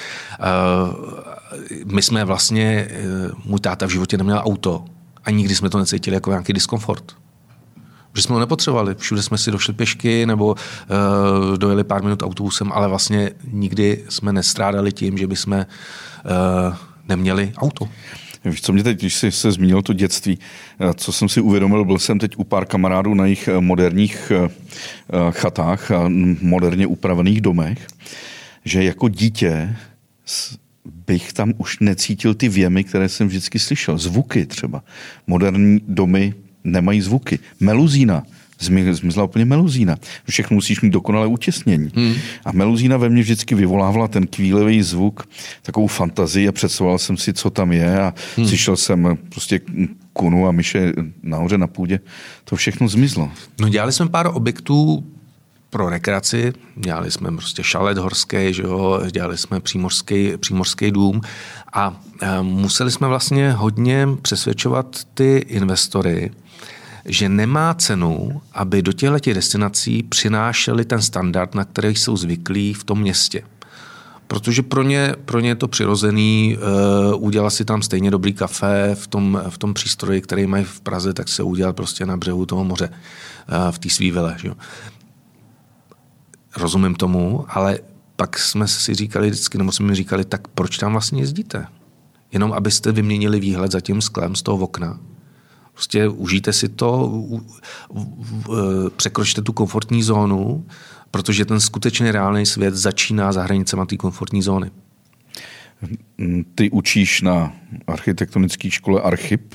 My jsme vlastně, můj táta v životě neměl auto a nikdy jsme to necítili jako nějaký diskomfort. Že jsme ho nepotřebovali. Všude jsme si došli pěšky nebo dojeli pár minut autobusem, ale vlastně nikdy jsme nestrádali tím, že bychom neměli auto. Víš, co mě teď, když jsi se zmínil to dětství, co jsem si uvědomil, byl jsem teď u pár kamarádů na jejich moderních chatách a moderně upravených domech, že jako dítě bych tam už necítil ty věmy, které jsem vždycky slyšel. Zvuky třeba. Moderní domy nemají zvuky. Meluzína. Zmizla úplně meluzína. Všechno musíš mít dokonalé utěsnění. A meluzína ve mně vždycky vyvolávala ten kvílivý zvuk, takovou fantazii a představoval jsem si, co tam je a slyšel jsem prostě kunu a myše nahoře na půdě. To všechno zmizlo. No dělali jsme pár objektů pro rekreaci, dělali jsme prostě šalet horský, že jo, dělali jsme přímořský dům a museli jsme vlastně hodně přesvědčovat ty investory, že nemá cenu, aby do těchto destinací přinášeli ten standard, na který jsou zvyklí v tom městě. Protože pro ně je to přirozený, udělat si tam stejně dobrý kafe v tom přístroji, který mají v Praze, tak se udělat prostě na břehu toho moře, v té svý vile. Že? Rozumím tomu, ale pak jsme si říkali vždycky, nebo jsme mi říkali, tak proč tam vlastně jezdíte? Jenom abyste vyměnili výhled za tím sklem z toho okna. Prostě užijte si to, překročte tu komfortní zónu, protože ten skutečně reálný svět začíná za hranicema té komfortní zóny. Ty učíš na architektonické škole Archip.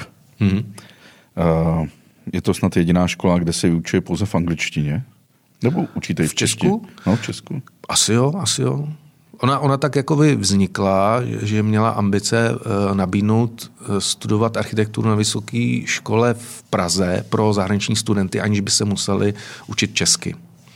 Je to snad jediná škola, kde se vyučuje pouze v angličtině? Nebo učíte i v Česku? No, v Česku. Asi jo. Ona tak jakoby vznikla, že měla ambice nabídnout studovat architekturu na vysoké škole v Praze pro zahraniční studenty, aniž by se museli učit česky.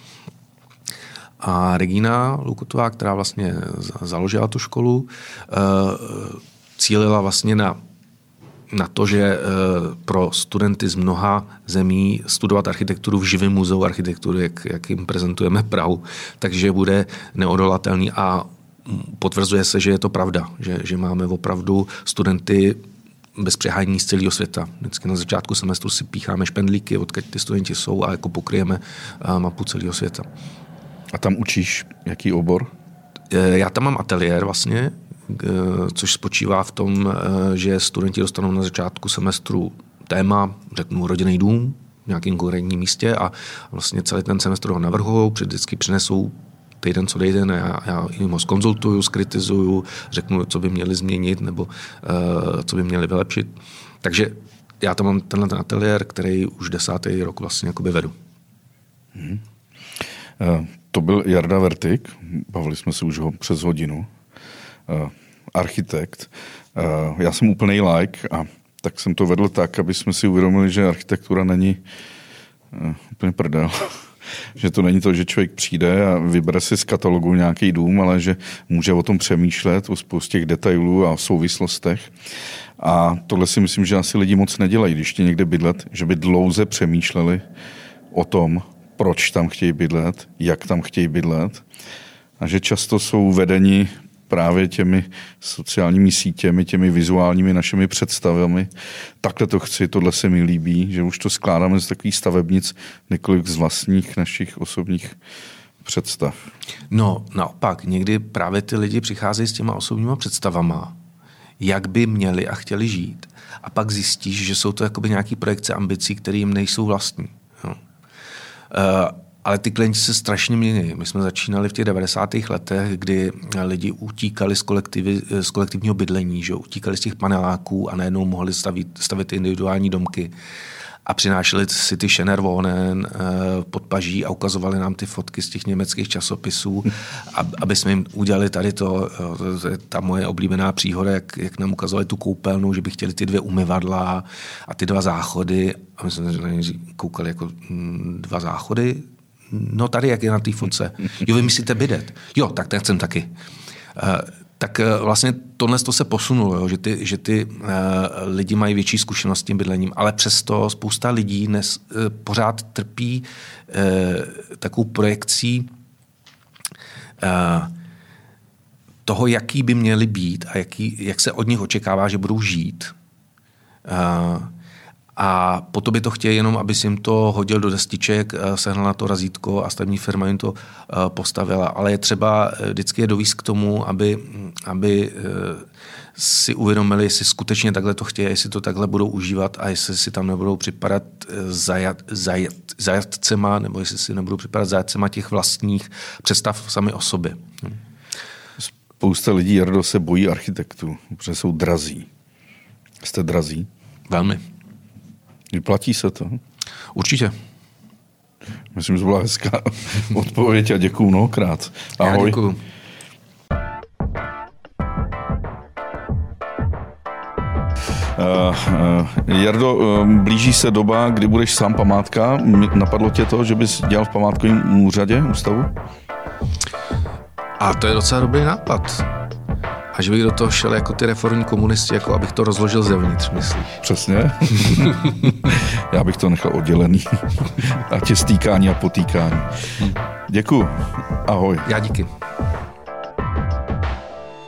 A Regina Lukotová, která vlastně založila tu školu, cílila vlastně na to, že pro studenty z mnoha zemí studovat architekturu v živém muzeu architektury, jak jim prezentujeme Prahu, takže bude neodolatelný a potvrzuje se, že je to pravda, že máme opravdu studenty bez přehánění z celého světa. Vždycky na začátku semestru si pícháme špendlíky, odkud ty studenti jsou a jako pokryjeme mapu celého světa. A tam učíš jaký obor? Já tam mám ateliér vlastně, což spočívá v tom, že studenti dostanou na začátku semestru téma, řeknu rodinný dům v nějakém konkrétním místě a vlastně celý ten semestr ho navrhují, vždycky přinesou týden co týden a já jim ho zkonzultuju, skritizuju, řeknu, co by měli změnit nebo co by měli vylepšit. Takže já tam mám tenhle ateliér, který už 10. rok vlastně jakoby vedu. To byl Jarda Vertik, bavili jsme se už ho přes hodinu, architekt. Já jsem úplnej like a tak jsem to vedl tak, aby jsme si uvědomili, že architektura není úplně prdel. Že to není to, že člověk přijde a vybere si z katalogu nějaký dům, ale že může o tom přemýšlet, o spoustě detailů a souvislostech. A tohle si myslím, že asi lidi moc nedělají, když chtějí někde bydlet, že by dlouze přemýšleli o tom, proč tam chtějí bydlet, jak tam chtějí bydlet. A že často jsou vedeni právě těmi sociálními sítěmi, těmi vizuálními našimi představami. Takhle to chci, tohle se mi líbí, že už to skládáme z takových stavebnic, několik z vlastních našich osobních představ. No, naopak, někdy právě ty lidi přicházejí s těma osobníma představama, jak by měli a chtěli žít. A pak zjistíš, že jsou to jakoby nějaký projekce ambicí, které jim nejsou vlastní. No. Ale ty klienti se strašně mění. My jsme začínali v těch 90. letech, kdy lidi utíkali z kolektivního bydlení, že utíkali z těch paneláků a najednou mohli stavit individuální domky. A přinášeli si ty Schenerwohnen pod paží a ukazovali nám ty fotky z těch německých časopisů, aby jsme jim udělali tady to je ta moje oblíbená příhoda, jak nám ukazovali tu koupelnu, že by chtěli ty 2 umyvadla a ty 2 záchody. A my jsme na ně koukali jako 2 záchody. No tady, jak je na té fotce. Jo, vy myslíte bidet? Jo, tak ten chcem taky. Tak vlastně tohle se posunulo, jo, že ty lidi mají větší zkušenost s tím bydlením, ale přesto spousta lidí pořád trpí takovou projekcí toho, jaký by měli být a jak se od nich očekává, že budou žít. A potom by to chtěli jenom, aby si jim to hodil do destiček, sehnal na to razítko a stavební firma jim to postavila. Ale je třeba vždycky je dovízt k tomu, aby si uvědomili, jestli skutečně takhle to chtějí, jestli to takhle budou užívat a jestli si tam nebudou připadat zajatcema, nebo jestli si nebudou připadat zajatcema těch vlastních představ sami o sobě. Spousta lidí, Jardo, se bojí architektů, protože jsou drazí. Jste drazí? Velmi. Vyplatí se to? Určitě. Myslím, že to byla hezká odpověď a děkuju mnohokrát. Ahoj. Já děkuju. Jardo, blíží se doba, kdy budeš sám památka. Napadlo tě to, že bys dělal v památkovém úřadě, ústavu? A to je docela dobrý nápad. A že bych do toho šel jako ty reformní komunisti, jako abych to rozložil zevnitř, myslíš? Přesně. Já bych to nechal oddělený. A tě stýkání a potýkání. Děkuju. Ahoj. Já díky.